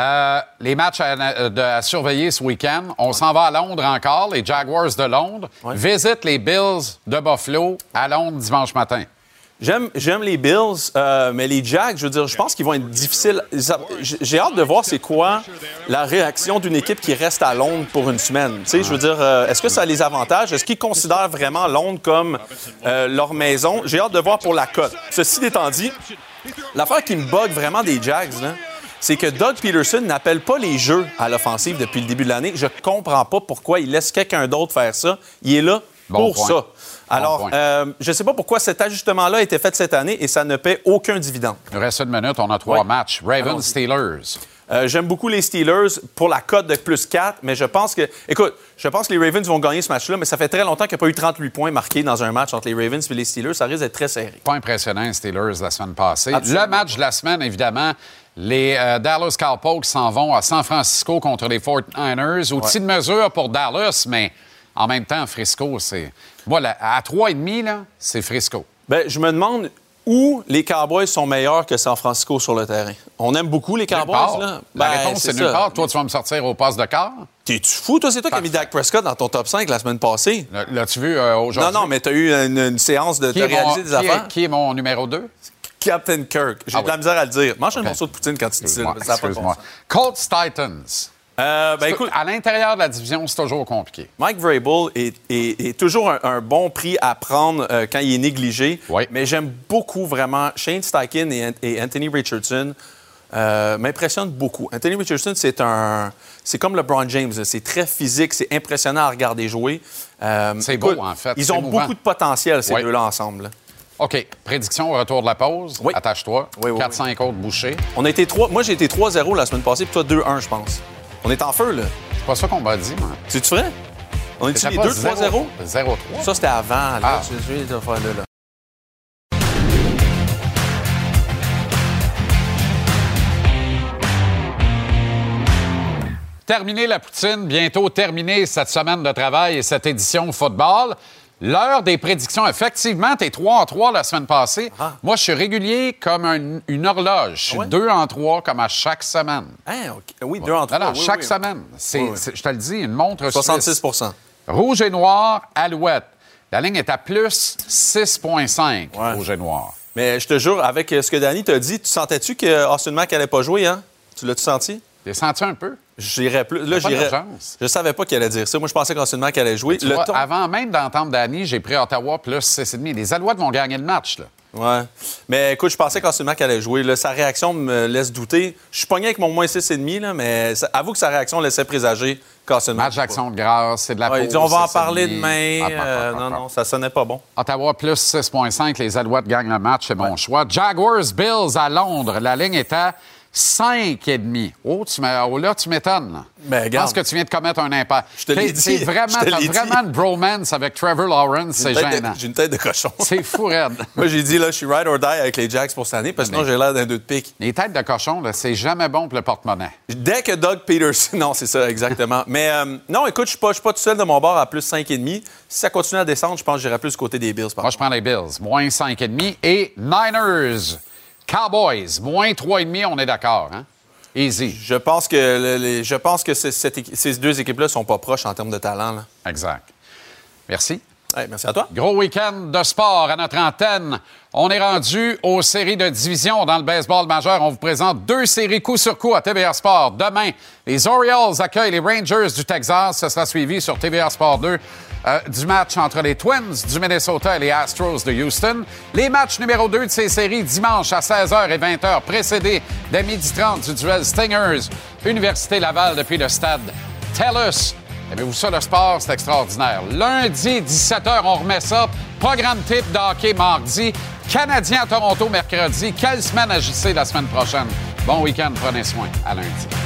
Les matchs à surveiller ce week-end. On s'en va à Londres encore. Les Jaguars de Londres visitent les Bills de Buffalo à Londres dimanche matin. J'aime les Bills, mais les Jags, je veux dire, je pense qu'ils vont être difficiles. J'ai hâte de voir c'est quoi la réaction d'une équipe qui reste à Londres pour une semaine. Tu sais, je veux dire, est-ce que ça a les avantages? Est-ce qu'ils considèrent vraiment Londres comme leur maison? J'ai hâte de voir pour la cote. Ceci étant dit, l'affaire qui me bug vraiment des Jags, là, c'est que Doug Peterson n'appelle pas les jeux à l'offensive depuis le début de l'année. Je comprends pas pourquoi il laisse quelqu'un d'autre faire ça. Il est là pour ça. Alors, je ne sais pas pourquoi cet ajustement-là a été fait cette année et ça ne paie aucun dividende. Il reste une minute, on a 3 matchs. Ravens-Steelers. J'aime beaucoup les Steelers pour la cote de +4, mais je pense que... Écoute, je pense que les Ravens vont gagner ce match-là, mais ça fait très longtemps qu'il n'y a pas eu 38 points marqués dans un match entre les Ravens et les Steelers. Ça risque d'être très serré. Pas impressionnant, les Steelers, la semaine passée. Absolument. Le match de la semaine, évidemment, les Dallas Cowboys s'en vont à San Francisco contre les 49ers. Outil de mesure pour Dallas, mais en même temps, Frisco, c'est... Moi, à 3,5, là, c'est Frisco. Bien, je me demande où les Cowboys sont meilleurs que San Francisco sur le terrain. On aime beaucoup les Cowboys, là. La réponse, c'est nulle part. Toi, tu vas me sortir au poste de quart? T'es-tu fou? Toi, c'est toi qui as mis Dak Prescott dans ton top 5 la semaine passée. L'as-tu vu aujourd'hui? Non, mais t'as eu une séance de réaliser des affaires. Qui est mon numéro 2? Captain Kirk. J'ai de la misère à le dire. Mange un morceau de poutine quand tu dis ça. Excuse-moi. Colts-Titans. Écoute, à l'intérieur de la division, c'est toujours compliqué. Mike Vrabel est toujours un bon prix à prendre quand il est négligé. Mais j'aime beaucoup vraiment Shane Steichen et Anthony Richardson. M'impressionne beaucoup. Anthony Richardson, c'est comme LeBron James. C'est très physique, c'est impressionnant à regarder jouer. C'est beau, en fait. Ils ont beaucoup de potentiel, ces deux-là, ensemble. OK. Prédiction au retour de la pause. Attache-toi. 4-5 autres bouchées. Moi, j'ai été 3-0 la semaine passée, puis toi, 2-1, je pense. On est en feu, là. C'est pas ça qu'on m'a dit, moi. C'est-tu vrai? On est-tu les 2-3-0? 0-3. Ça, c'était avant, là. Je vais faire là. Terminé la poutine, bientôt terminé cette semaine de travail et cette édition football. L'heure des prédictions. Effectivement, t'es 3-3 la semaine passée. Moi, je suis régulier comme une horloge. Je suis 2-3 comme à chaque semaine. Oui, 2-3. Non, chaque semaine. Je te le dis, une montre 66 suisse. Rouge et noir, Alouette. La ligne est à plus 6,5, rouge et noir. Mais je te jure, avec ce que Danny t'a dit, tu sentais-tu que Austin Mack n'allait pas jouer, hein? Tu l'as-tu senti? J'ai senti un peu. J'irais plus. Là, je savais pas qu'il allait dire ça. Moi, je pensais qu'Austin Mack allait jouer. Avant même d'entendre Danny, j'ai pris Ottawa plus 6,5. Les Alouettes vont gagner le match, là. Ouais. Mais écoute, je pensais qu'Austin Mack allait jouer. Là, sa réaction me laisse douter. Je suis pogné avec mon moins 6,5, là, mais avoue que sa réaction laissait présager qu'Austin Mack. Match d'action de grâce, c'est de la pause. Il dit on va en parler demain. Non, ça sonnait pas bon. Ottawa plus 6,5. Les Alouettes gagnent le match, c'est mon choix. Jaguars, Bills à Londres. La ligne est à 5,5. Là, tu m'étonnes. Mais je pense que tu viens de commettre un impact. Je te l'ai dit. T'as vraiment une bromance avec Trevor Lawrence. C'est gênant. J'ai une tête de cochon. C'est fou, raide. Moi, j'ai dit, là, je suis ride or die avec les Jacks pour cette année, parce que sinon, j'ai l'air d'un 2 de pique. Les têtes de cochon, là, c'est jamais bon pour le porte-monnaie. Dès que Doug Peterson... Non, c'est ça, exactement. Mais non, écoute, je suis pas tout seul de mon bord à plus 5,5. Si ça continue à descendre, je pense que j'irai plus du côté des Bills. Moi, je prends les Bills. Moins 5,5. Et Niners, Cowboys, moins 3,5, on est d'accord, hein? Easy. Je pense que ces deux équipes-là sont pas proches en termes de talent. Là. Exact. Merci. Hey, merci à toi. Gros week-end de sport à notre antenne. On est rendu aux séries de division dans le baseball majeur. On vous présente 2 séries coup sur coup à TVA Sport. Demain, les Orioles accueillent les Rangers du Texas. Ce sera suivi sur TVA Sport 2 du match entre les Twins du Minnesota et les Astros de Houston. Les matchs numéro 2 de ces séries dimanche à 16h et 20h, précédés dès 12h30 du duel Stingers, Université Laval depuis le stade TELUS. Aimez-vous ça, le sport? C'est extraordinaire. Lundi, 17h, on remet ça. Programme type de hockey mardi. Canadiens à Toronto mercredi. Quelle semaine à JC la semaine prochaine? Bon week-end, prenez soin. À lundi.